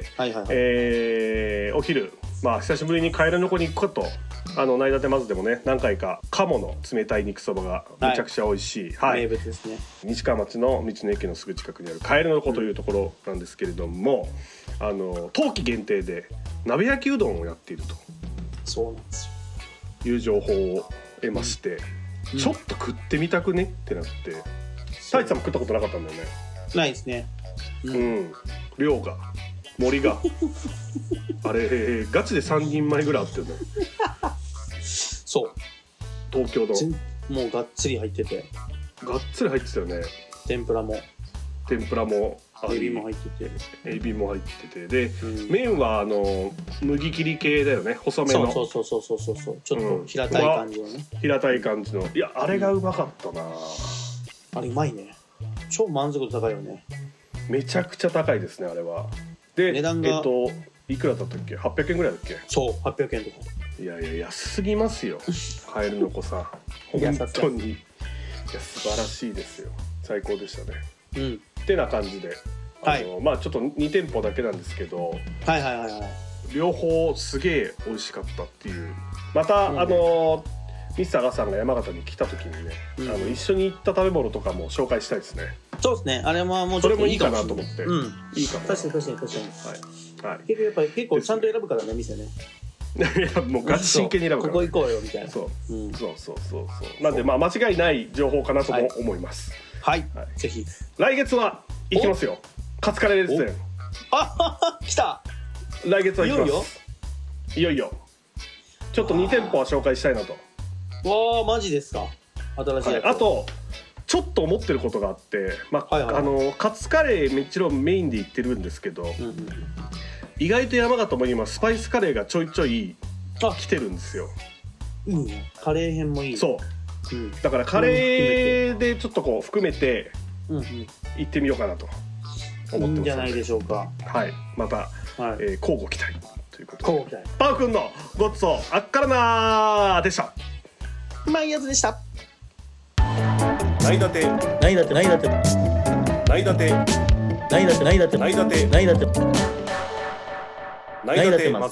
お昼、久しぶりにカエルの子に行くかと、内館まずでもね何回か鴨の冷たい肉そばがめちゃくちゃ美味しい、 名物ですね。 西川町の道の駅のすぐ近くにあるカエルの子というところなんですけれども、冬季限定で鍋焼きうどんをやっているとそうなんですよいう情報を得まして、ちょっと食ってみたくねってなって、太一さんも食ったことなかったんだよね。 ないですね。 量が盛りがあれガチで3人前ぐらいあってるね。 そう東京のもうがっつり入ってて、 がっつり入ってたよね。 天ぷらもエビも入っててで、麺は麦切り系だよね、細めの。そうちょっと平たい感じのね、平たい感じの。いやあれがうまかったな、 あれうまいね。超満足度高いよね。 めちゃくちゃ高いですねあれは。で値段がいくらだったっけ、800円ぐらいだっけ。 そう800円とか。いや安すぎますよカエルの子さん本当に。いや素晴らしいですよ、最高でしたね。ってな感じで、ちょっと2店舗だけなんですけど、両方すげえ美味しかったっていう。またミスターガさんが山形に来た時にね、一緒に行った食べ物とかも紹介したいですね。 そうですね、あれはもうちょっといいかなと思って。いいかも。確かにやっぱり結構ちゃんと選ぶからね店ね。 いやもうガチ真剣に選ぶから、 ここ行こうよみたいな。そうなんで間違いない情報かなとも思います。ぜひ来月は行きますよ、カツカレーですね。 来た。 来月は行きます。いよいよちょっと2店舗は紹介したいなと。 わあマジですか。新しいやつ。 あとちょっと思ってることがあって、カツカレーもちろんメインで行ってるんですけど、意外と山形も今スパイスカレーがちょいちょい来てるんですよ。 カレー編もいい。 そう、だからカレーでちょっとこう含めて行ってみようかなと思ってます。いいんじゃないでしょうか。 また交互期待ということで、パウくんのごちそうあっからなでした。 まいやつでした。 ないだてないだてないだてないだてないだてないだてないだてないだてないだてます。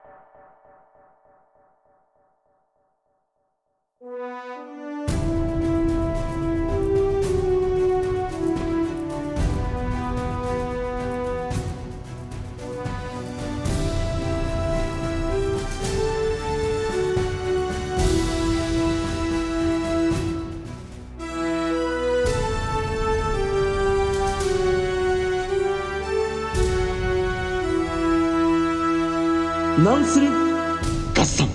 なんする合算。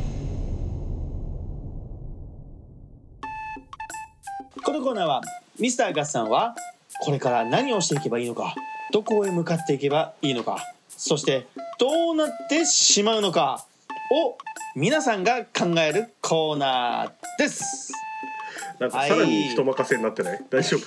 このコーナーはミスター合算はこれから何をしていけばいいのか、どこへ向かっていけばいいのか、そしてどうなってしまうのかを皆さんが考えるコーナーです。 なんかさらに人任せになってない？大丈夫？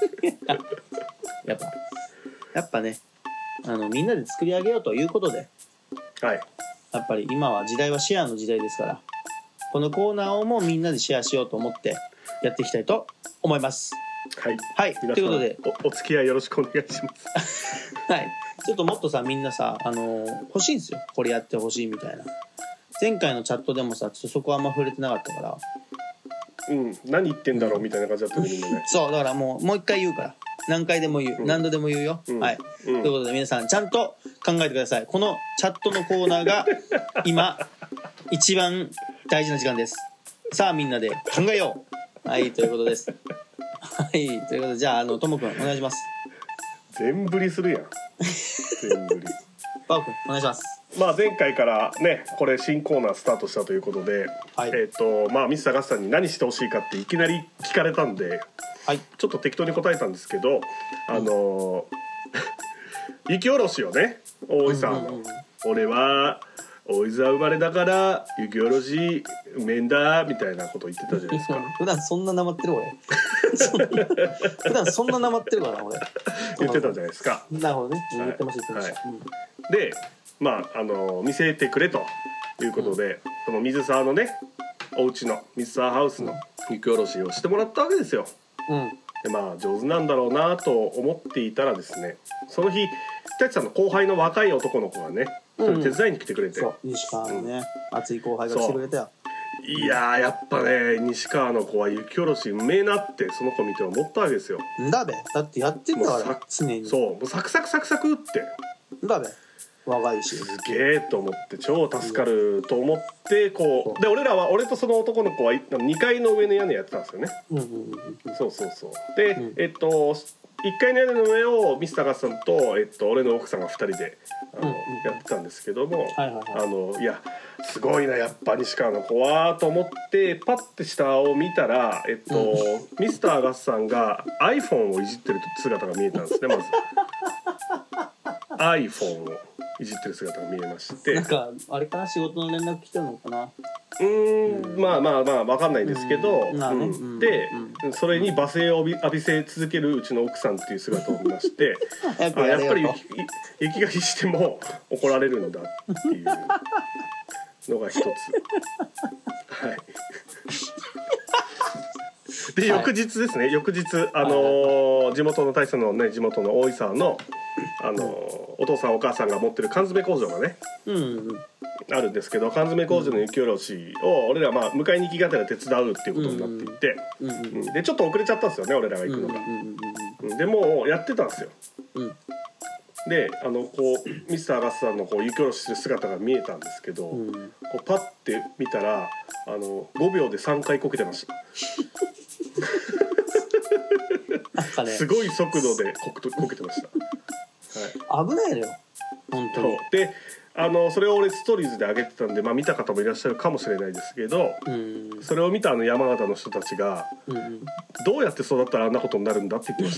やっぱね、みんなで作り上げようということで、やっぱり今は時代はシェアの時代ですから、このコーナーをもみんなでシェアしようと思ってやっていきたいと思います。ということでお付き合いよろしくお願いします。 ちょっともっとさみんなさ欲しいんですよ、これやってほしいみたいな。前回のチャットでもさちょっとそこはあんま触れてなかったから、 何言ってんだろうみたいな感じだったねみんなね。 そうだからもう一回言うから、何回でも言う、何度でも言うよ。ということで皆さんちゃんと考えてください。このチャットのコーナーが今一番大事な時間です。さあみんなで考えよう。ということです。ということでじゃあともくんお願いします。 全振りするやん。全振り。 パオくんお願いします。 前回からねこれ新コーナースタートしたということで、ミスターガスさんに何してほしいかっていきなり聞かれたんで、ちょっと適当に答えたんですけど、雪下ろしをね、大井さんの、俺は大井沢生まれだから雪下ろしうめんだみたいなこと言ってたじゃないですか。 普段そんななまってる俺。普段そんななまってるから俺。 言ってたじゃないですか。 なるほどね。言ってました。 で見せてくれということで、その水沢のねお家の水沢ハウスの雪下ろしをしてもらったわけですよ。でまあ上手なんだろうなと思っていたらですね、その日日立さんの後輩の若い男の子がねそれ手伝いに来てくれて、 そう西川のね、熱い後輩が来てくれたよ。 いやーやっぱね西川の子は雪下ろしうめえなってその子見て思ったわけですよ。 だべだってやってんだから常に。 そうもうサクサクサクサクってだべ若いしすげえと思って超助かると思ってこうで俺とその男の子は2階の上の屋根やってたんですよね。そうそうそうで、1階の屋根の上をミスターガスさんと、俺の奥さんが2人でやってたんですけども、いやすごいなやっぱ西川の子はと思ってパッて下を見たら、ミスターガスさんが iPhone をいじってる姿が見えたんですね。まずiPhone をいじってる姿が見えまして、 なんかあれかな仕事の連絡来てるのかな。 まあ分かんないですけど、でそれに罵声を浴びせ続けるうちの奥さんっていう姿を見ましてやっぱり雪がしても怒られるんだっていうのが一つ。はいで翌日ですね、翌日地元の大佐のね地元の大井沢のお父さんお母さんが持ってる缶詰工場がね、あるんですけど、缶詰工場の雪下ろしを俺ら迎えに行きがてら手伝うっていうことになっていて、でちょっと遅れちゃったんですよね俺らが行くのが。でもうやってたんですよ。でこうミスターガスさんのこう雪下ろしする姿が見えたんですけど、こうパッて見たら5秒で3回こけてました。すごい速度でこけてました。 危ないのよ本当に。 でそれを俺ストーリーズで上げてたんで、見た方もいらっしゃるかもしれないですけど、それを見た山形の人たちが、どうやって育ったらあんなことになるんだって言ってました。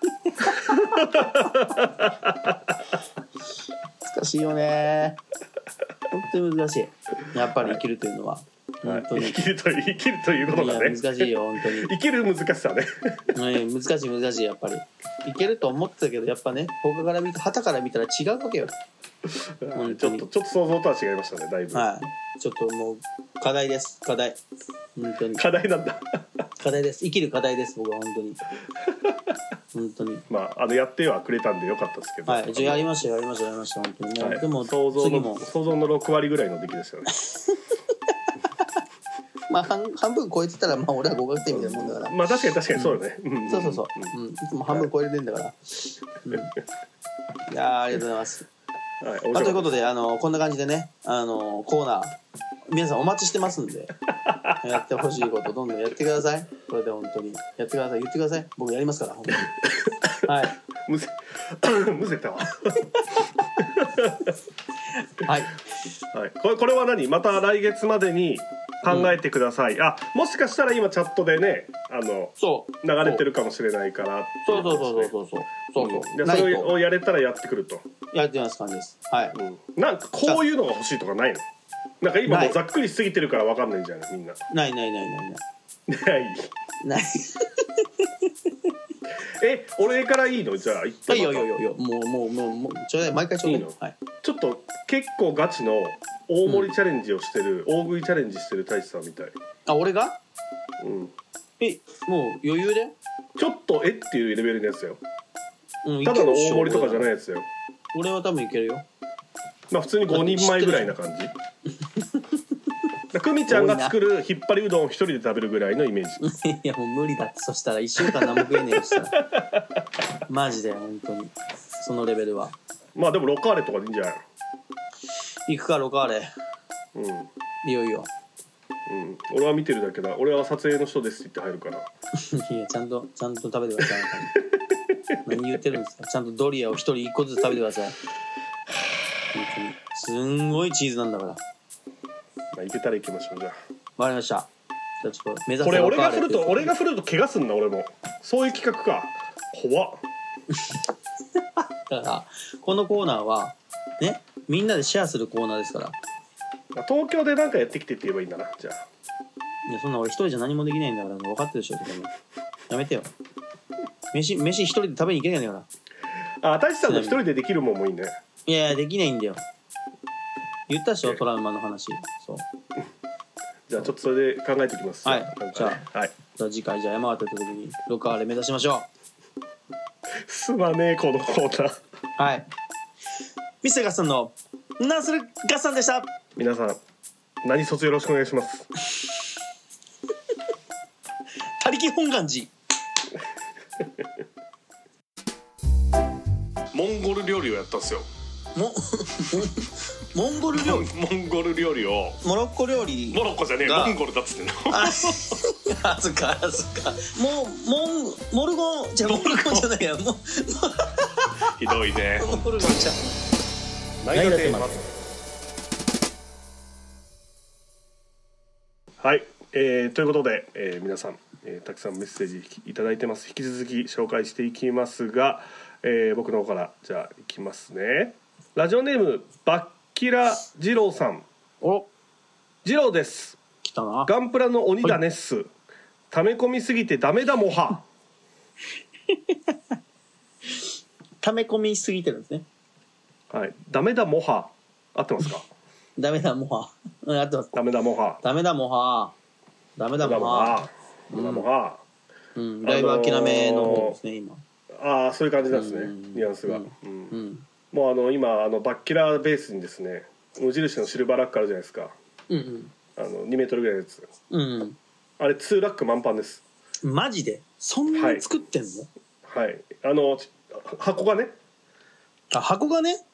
難しいよね本当に難しいやっぱり生きるというのは、本当に生きるということがね難しいよ本当に生きる難しさね難しいやっぱりいけると思ってたけどやっぱね他から旗から見たら違うわけよ。 ちょっと想像とは違いましたねだいぶ。 ちょっともう課題です課題本当に課題なんだ課題です生きる課題です僕は本当に本当にやってはくれたんでよかったですけど、 じゃあやりました本当にもう、でも想像の6割ぐらいの出来でしたね。 半分超えてたら俺は合格点みたいなもんだから。 確かにそうだね。 そう、いつも半分超えれてんだから。いやありがとうございます。ということでこんな感じでねコーナー皆さんお待ちしてますんでやってほしいことどんどんやってください。これで本当にやってください言ってください僕やりますから本当に。 むせたわ。これは何また来月までに考えてください。もしかしたら今チャットでね流れてるかもしれないからそうそれをやれたらやってくるとやってます感じです。 なんかこういうのが欲しいとかないの？なんか今もうざっくりしすぎてるから分かんないんじゃないみんな。 ない俺からいいの？じゃあ言っていやもうちょうだい毎回ちょうだい。いいの？ ちょっと結構ガチの大盛りチャレンジをしてる、大食いチャレンジしてる太一さんみたい。 俺が？もう余裕で？ ちょっとっていうレベルのやつよ。ただの大盛りとかじゃないやつよ。 俺は多分いけるよ。 普通に5人前ぐらいな感じ。久美ちゃんが作る引っ張りうどんを一人で食べるぐらいのイメージ。 いやもう無理だって。そしたら1週間何も食えねえよしたらマジで本当にそのレベルは。 でもロカーレとかでいいんじゃないの？ 行くかロカーレ。いよいよ。 俺は見てるだけだ。俺は撮影の人ですって言って入るから。 いやちゃんと食べてください。何言ってるんですか。ちゃんとドリアを1人1個ずつ食べてください。本当にすんごいチーズなんだから。 行けたら行きましょう。じゃあわかりました。じゃあちょっと目指せ。 これ俺が振ると怪我すんな俺も。そういう企画か。怖っ。 だからこのコーナーはねみんなでシェアするコーナーですから。 東京で何かやってきてって言えばいいんだな。じゃあいやそんな俺一人じゃ何もできないんだから分かってるでしょ。やめてよ。飯一人で食べに行けないんだから。 太一さんの一人でできるもんもいいね。 いやできないんだよ。 言ったでしょトラウマの話。そうじゃあちょっとそれで考えていきます。 はいなんかねじゃあはい、 じゃあ次回じゃあ山形行った時にロカーレ目指しましょすまねえこのコーナー。 う。はいミスターガッサンのナンスルガッサンでした。 皆さん何卒よろしくお願いします。 他力本願寺。 モンゴル料理をやったんですよ。 モンゴル料理モンゴル料理をモロッコ料理モロッコじゃねえモンゴルだっつってんの。 あそっかモルゴンじゃモルゴンじゃないやひどいね。 モルゴンじゃ何がテーマ。はい、ということで、皆さん、たくさんメッセージいただいてます。引き続き紹介していきますが、僕の方からじゃあいきますね。ラジオネームバッキラ二郎さん。 お二郎です。 来たな。 ガンプラの鬼だねっす。溜め込みすぎてダメだもは。 溜め込みすぎてるんですね。 はい、ダメだもは合ってますか。 ダメだもは合ってます。 ダメだもは。 ダメだもはダメだもはダメだもは。 だいぶ諦めの方ですね今。 ああそういう感じなんですね、ニュアンスが。もう今バッキラベースにですね無印のシルバーラックあるじゃないですか。2メートルぐらいのやつ。あれ2ラック満帆です。 マジでそんなに作ってんの？ はい、箱がね。 あ箱がね。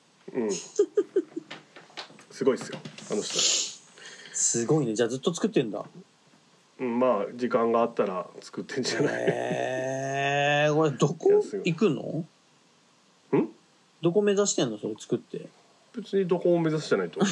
すごいですよあの人。 すごいね。じゃあずっと作ってんだ。 まあ時間があったら作ってんじゃない。 これどこ行くの？どこ目指してんのそれ作って。 別にどこも目指してないと。 ごめん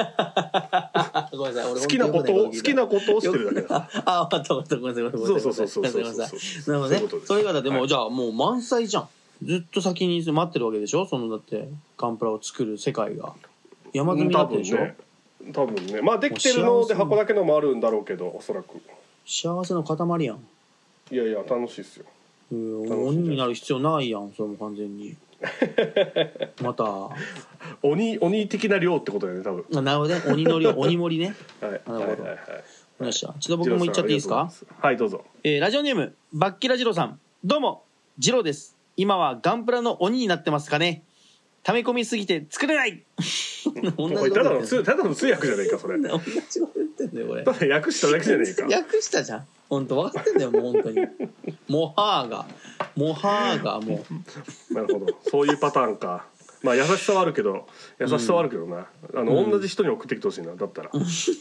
なさい俺好きなことをしてるだけだ。 あ分かった分かったごめんなさい。 そうなるほどね。それからでもじゃあもう満載じゃん。ずっと先に待ってるわけでしょ。そのだってガンプラを作る世界が山積みだってでしょ。 多分ねまあできてるので箱だけのもあるんだろうけどおそらく幸せの塊やん。 いやいや楽しいっすよ。 鬼になる必要ないやんそれも完全に。また鬼的な量ってことだよね多分。 なるほどね。鬼の量鬼盛りね。 はいなるほど。よっしゃちょっと僕も言っちゃっていいですか。 はいどうぞ。 ラジオネームバッキラジロさん。どうもジロです。今はガンプラの鬼になってますかね。溜め込みすぎて作れない。 ただの通訳じゃねえかそれ。 同じこと言ってんだよこれ。 ただ訳しただけじゃねえか。 訳したじゃん。本当分かってんだよもう本当に。モハーがもう。なるほどそういうパターンか。まあ優しさはあるけどな。同じ人に送ってきてほしいなだったら。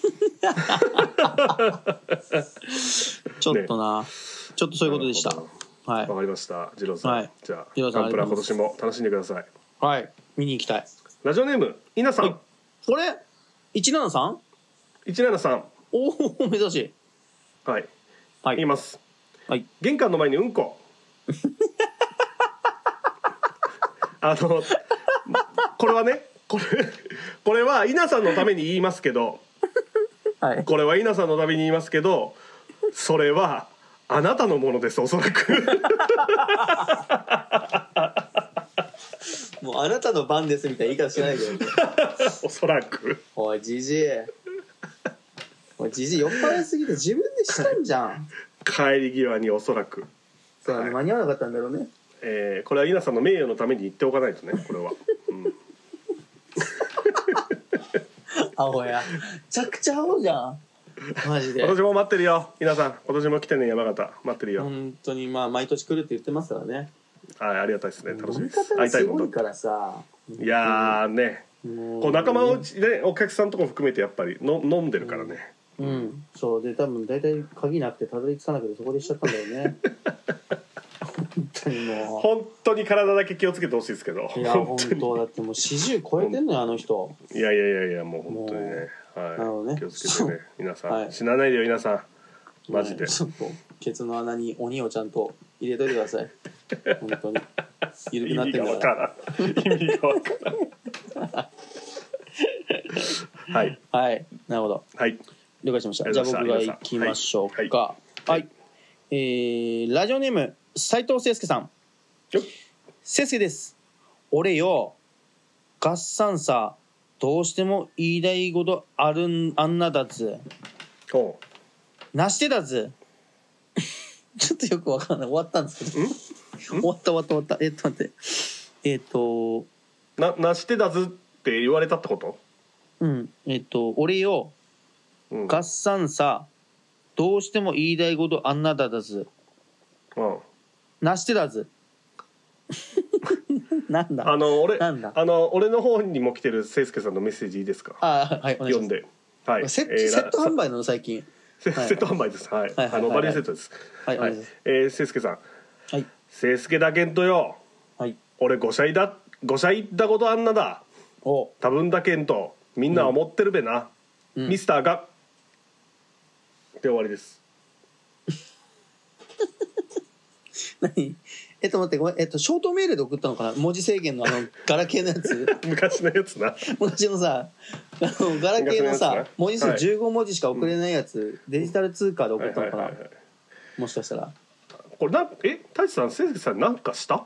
ちょっとな、ちょっとそういうことでした。はい。 わかりました次郎さん。 はい、 じゃあガンプラ今年も楽しんでください。 はい見に行きたい。 ラジオネーム稲さん。 これ173？ 173。 おお珍しい。 はい。 はい。 言います。 はい。 玄関の前にうんこ。これはねこれは稲さんのために言いますけど、はい、これは稲さんのために言いますけどそれはあなたのものですおそらく。 もうあなたの番ですみたいな言い方しないでよ。 おそらく。 おいじじい酔っ払いすぎて自分でしたんじゃん。 帰り際におそらくそう、はい、間に合わなかったんだろうね。 これは稲さんの名誉のために言っておかないとねこれは。 アホやめちゃくちゃアホじゃんマジで。 今年も待ってるよ稲さん。今年も来てね山形待ってるよ。 本当にまあ毎年来るって言ってますからね。 はいありがたいですね楽しみです。 会いたいもんだからさ。 いやーねこう仲間内でお客さんとかも含めてやっぱり飲んでるからね。 そうで多分大体鍵なくてたどり着かなくてそこでしちゃったんだよね。 本当に体だけ気をつけてほしいですけど。 いや本当だってもう40超えてんのよあの人。 いやもう本当にねはい、気をつけてね皆さん、はい、死なないでよ皆さんマジで。 ケツの穴に鬼をちゃんと入れといてください。本当に緩くなってるから。 意味がわからん。はいなるほど。 はい了解しました。じゃあ僕が行きましょうか。はい、ラジオネーム斉藤誠介さん。誠介です。俺よ合算さどうしても言いたいことあんなだつ。 ほなしてだつ。ちょっとよくわかんない。終わったんですけど。終わった。待って。 なしてだずって言われたってこと？ うん。俺よ、合算さ、どうしても言いたいことあんなだず。なしてだず。なんだ俺の方にも来てるせいすけさんのメッセージいいですか？ はい、お願いします。 読んで、はい、 セット販売の最近セット販売です。はい、バリューセットです。はい、せいすけさん、 はい、 せいすけだけんとよ、はい、俺5社行ったことあんなだ。多分だけんとみんな思ってるべな、ミスターがで終わりです。 何？待って、ごめん、ショートメールで送ったのかな？文字制限のガラケーのやつ昔のやつな。 昔のさ、ガラケーのさ、文字数15文字しか送れないやつ、デジタル通貨で送ったのかな？もしかしたら。 これ太一さん、せいすけさんなんかした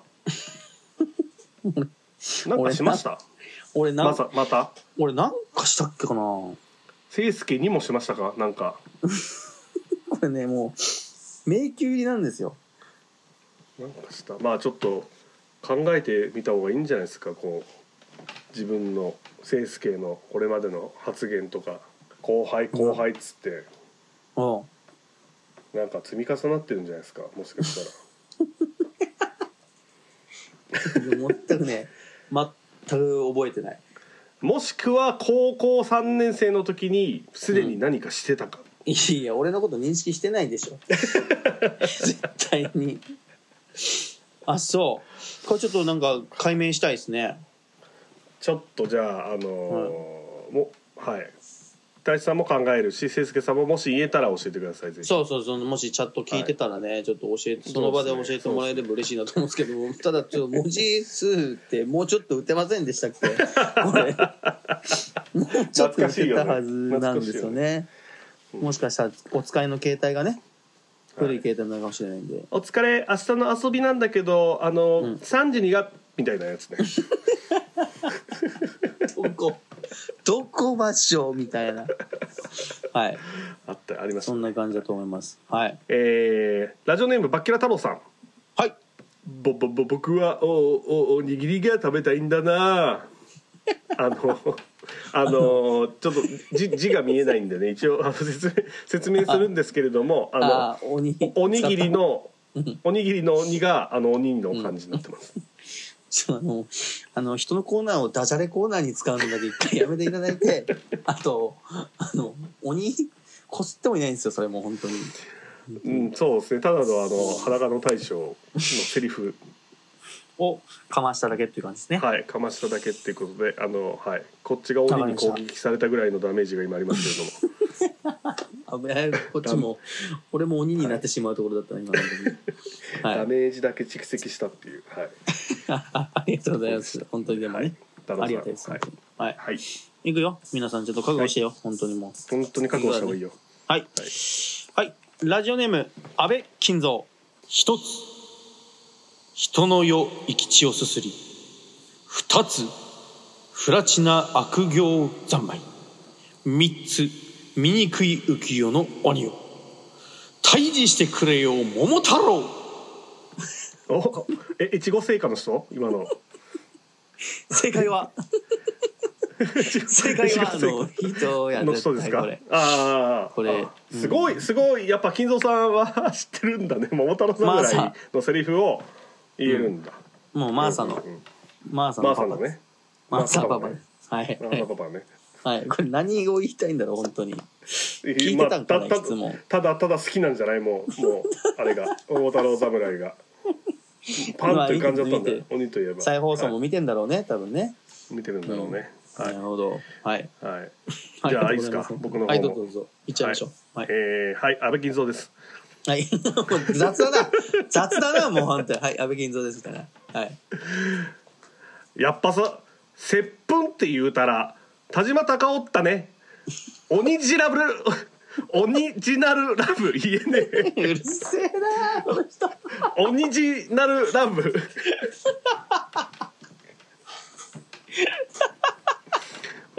なんかしました？ 俺また俺なんかしたっけかな？ せいすけにもしましたか？なんかこれね、もう迷宮入りなんですよ。 なんかした。まあちょっと考えてみた方がいいんじゃないですか。こう自分のせいすけのこれまでの発言とか、後輩っつって、なんか積み重なってるんじゃないですか、もしかしたら。 全くね、全く覚えてない。 もしくは高校3年生の時にすでに何かしてたか、 いや俺のこと認識してないでしょ絶対に。あ、そう。これちょっとなんか解明したいですね。 ちょっとじゃあ太一さんも考えるし、せいすけさんももし言えたら教えてください。ぜひ。 そうもしチャット聞いてたらね、ちょっとその場で教えてもらえれば嬉しいなと思うんですけども、ただちょっと文字数ってもうちょっと打てませんでしたっけ？これもうちょっと打てたはずなんですよね。もしかしたらお使いの携帯がね、古い携帯なのかもしれないんで、 お疲れ、明日の遊びなんだけど3時にがみたいなやつね。 どこ場所みたいな。はい。 ありました。 そんな感じだと思います。はい。 ラジオネームバッキラ太郎さん。 はい。 僕はおにぎりが食べたいんだな。ちょっと字が見えないんでね、一応説明するんですけれども、おにぎりの鬼が鬼の漢字になってます。 人のコーナーをダジャレコーナーに使うのだけ一回やめていただいて、あと鬼こすってもいないんですよ、それも本当に。 そうですね。ただの裸の大将のセリフをかましただけっていう感じですね。 はい、かましただけっていうことで、はい、こっちが鬼に攻撃されたぐらいのダメージが今ありますけれどもこっちも俺も鬼になってしまうところだったね、今の時に。 はい、ダメージだけ蓄積したっていう、はい、 ありがとうございます。本当にでもね、ありがたいです。はい、はい、いくよ、皆さんちょっと覚悟してよ、本当にもう本当に覚悟した方がいいよ。 はい、はい、ラジオネーム安倍金蔵。一つ、人の世生き血をすすり、二つ、不埒な悪行三昧、三つ、醜い浮世の鬼を退治してくれよ桃太郎。 越後製菓の人？今の正解は人やの人ですか？これすごいやっぱ金蔵さんは知ってるんだね。桃太郎侍のセリフを言えるんだ。 もうマーサのパパね。マーサパパね。はい。マーサパパね。はい。これ何を言いたいんだろう、本当に。聞いてたんかな、いつも。 ただ好きなんじゃない？もうあれが桃太郎侍がパンという感じだったんだよ。鬼といえば再放送も見てんだろうね、多分ね。 見てるんだろうね。 なるほど。はい。 じゃあいいですか、僕の方も。 はい、どうぞ。いっちゃいましょう。 はい、安倍金蔵です。 はい。雑だな、もう本当に。はい、安倍金蔵ですみたいな。はい。 やっぱさ、接吻って言うたら田島貴夫ったね。オニジナルラブ言えねえ。 うるせえなこの人。 オニジナルラブ。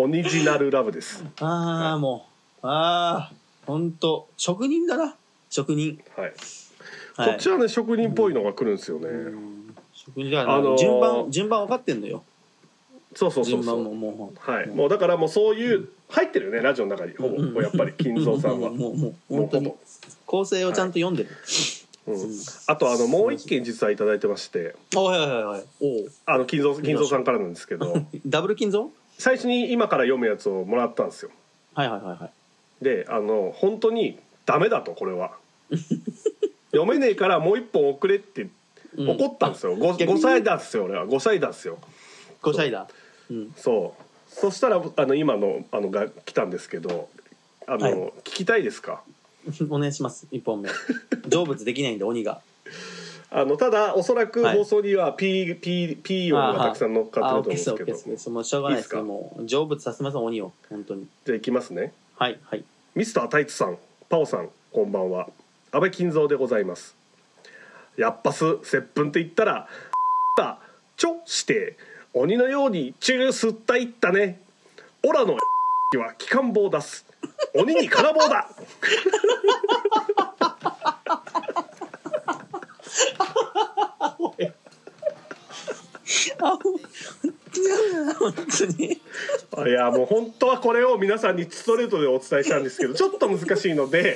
オリジナルラブです。 もうほんと職人だな、職人。 はい、こっちはね職人っぽいのが来るんですよね。 職人だから、順番分かってんのよ。 そう順番ももう、はい、もうだからもうそういう入ってるよね、ラジオの中にほぼ、やっぱり金蔵さんはもう本当に構成をちゃんと読んでる。 あともう一件実はいただいてまして、金蔵さんからなんですけどダブル金蔵、 最初に今から読むやつをもらったんですよ。で本当にダメだと、これは読めねえからもう一本送れって怒ったんですよ。5歳だっすよ、俺は5歳だっすよ。 5歳だ。 そしたら今のが来たんですけど、聞きたいですか？ お願いします。1本目成仏できないんで鬼がただおそらく放送にはピー音がたくさん乗っかってると思うんですけど、 もうしょうがないです。もう成仏させます、鬼を。本当に。 じゃあいきますね。 はいミスタータイツさん、パオさん、こんばんは。安倍金蔵でございます。やっぱす接吻って言ったらちょして鬼のようにチュー吸ったいったね。オラのは機関棒出す。鬼に金棒だ本当にいやもう本当はこれを皆さんにストレートでお伝えしたんですけど、ちょっと難しいので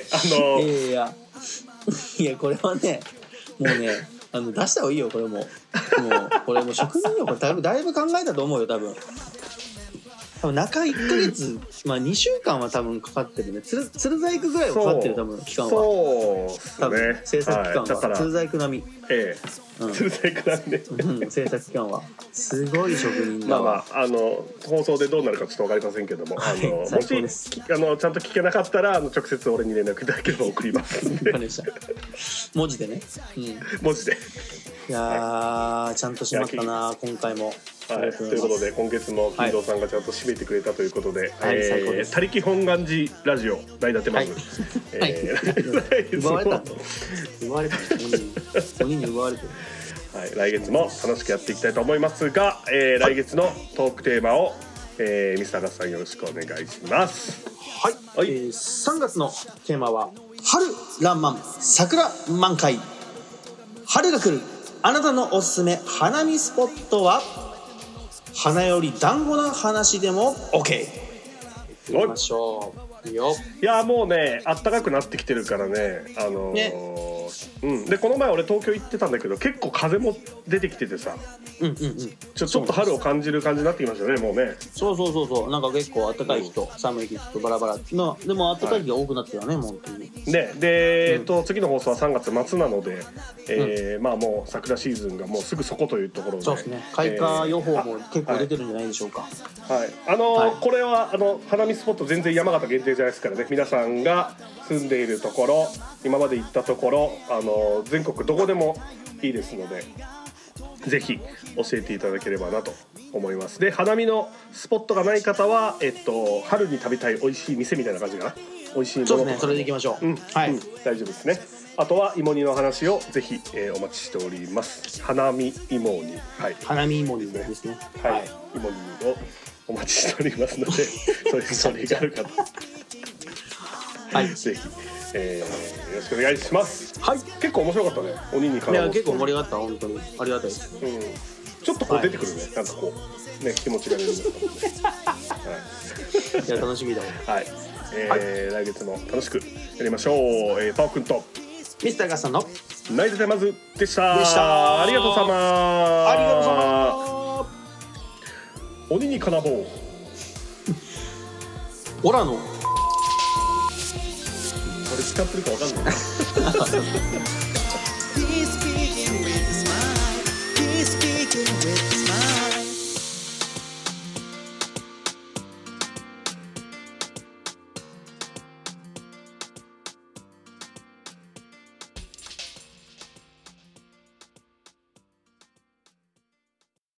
いやこれはね、もうね出した方がいいよ。これもこれも職人よ。これだいぶ考えたと思うよ。多分中1ヶ月、2週間は多分かかってるね。鶴細工ぐらいはかかってる、多分期間は。多分制作期間は鶴細工並み。鶴細工並みね。制作期間はすごい職人だわ。 放送でどうなるかちょっと分かりませんけども、もしちゃんと聞けなかったら直接俺に連絡いただければ送りますんで。 文字でね。 文字で。 いやちゃんとしまったな今回も。 ということで今月も金蔵さんがちゃんと締めてくれたということで、他力本願寺ラジオ大立てマグ、 奪われた鬼に奪われてる。 来月も楽しくやっていきたいと思いますが、来月のトークテーマを、ミスターガスさんよろしくお願いします。 3月のテーマは春爛漫桜満開。春が来るあなたのおすすめ花見スポットは？花より団子な話でも OK。 行きましょう。いやもうねあったかくなってきてるからね、でこの前俺東京行ってたんだけど結構風も出てきててさ、ちょっと春を感じる感じになってきましたね。もうねそうなんか結構暖かい日と寒い日とバラバラの、でも暖かい日が多くなってるよね、もう本当にね。で、次の放送は3月末なので、もう桜シーズンがもうすぐそこというところで、 そうですね、開花予報も結構出てるんじゃないでしょうか。 これは花見スポット全然山形限定じゃないですからね。皆さんが住んでいるところ、今まで行ったところ、全国どこでもいいですのでぜひ教えていただければなと思います。で花見のスポットがない方は、春に食べたい美味しい店みたいな感じかな。美味しいものとか、 そうですね、それでいきましょう。 大丈夫ですね。あとは芋煮の話をぜひ、お待ちしております。花見芋煮、 花見芋煮ですね。 芋煮をお待ちしておりますのでそれがある方ぜひ、よろしくお願いします。結構面白かったね。鬼に絡む。 いや結構盛り上がった。本当にありがたいです。 ちょっとこう出てくるね。なんかこうね気持ちが出るんですいや楽しみだね。 来月も楽しくやりましょう。パオくんとミスターガスさんのナイトテマズでした。ありがとうさま。鬼に金棒。 オラのこれ使ってるかわかんない